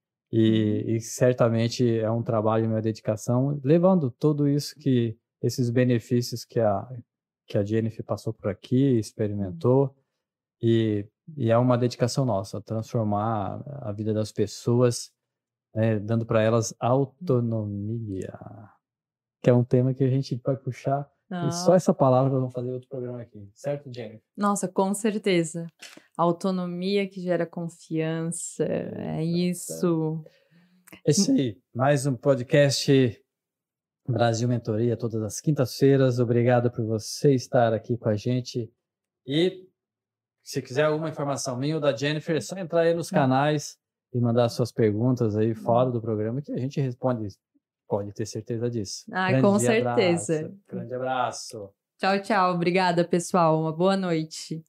E certamente é um trabalho e uma dedicação, levando tudo isso esses benefícios que a Jennifer passou por aqui, experimentou, e é uma dedicação nossa, transformar a vida das pessoas, né, dando para elas autonomia, que é um tema que a gente vai puxar, e só essa palavra nós vamos fazer outro programa aqui, certo, Jennifer? Nossa, com certeza. Autonomia que gera confiança, é isso. É isso aí, mais um podcast Brasil Mentoria, todas as quintas-feiras. Obrigado por você estar aqui com a gente. E se quiser alguma informação minha ou da Jennifer, é só entrar aí nos canais e mandar suas perguntas aí fora do programa que a gente responde. Pode ter certeza disso. Com certeza. Grande abraço. Tchau, tchau. Obrigada, pessoal. Uma boa noite.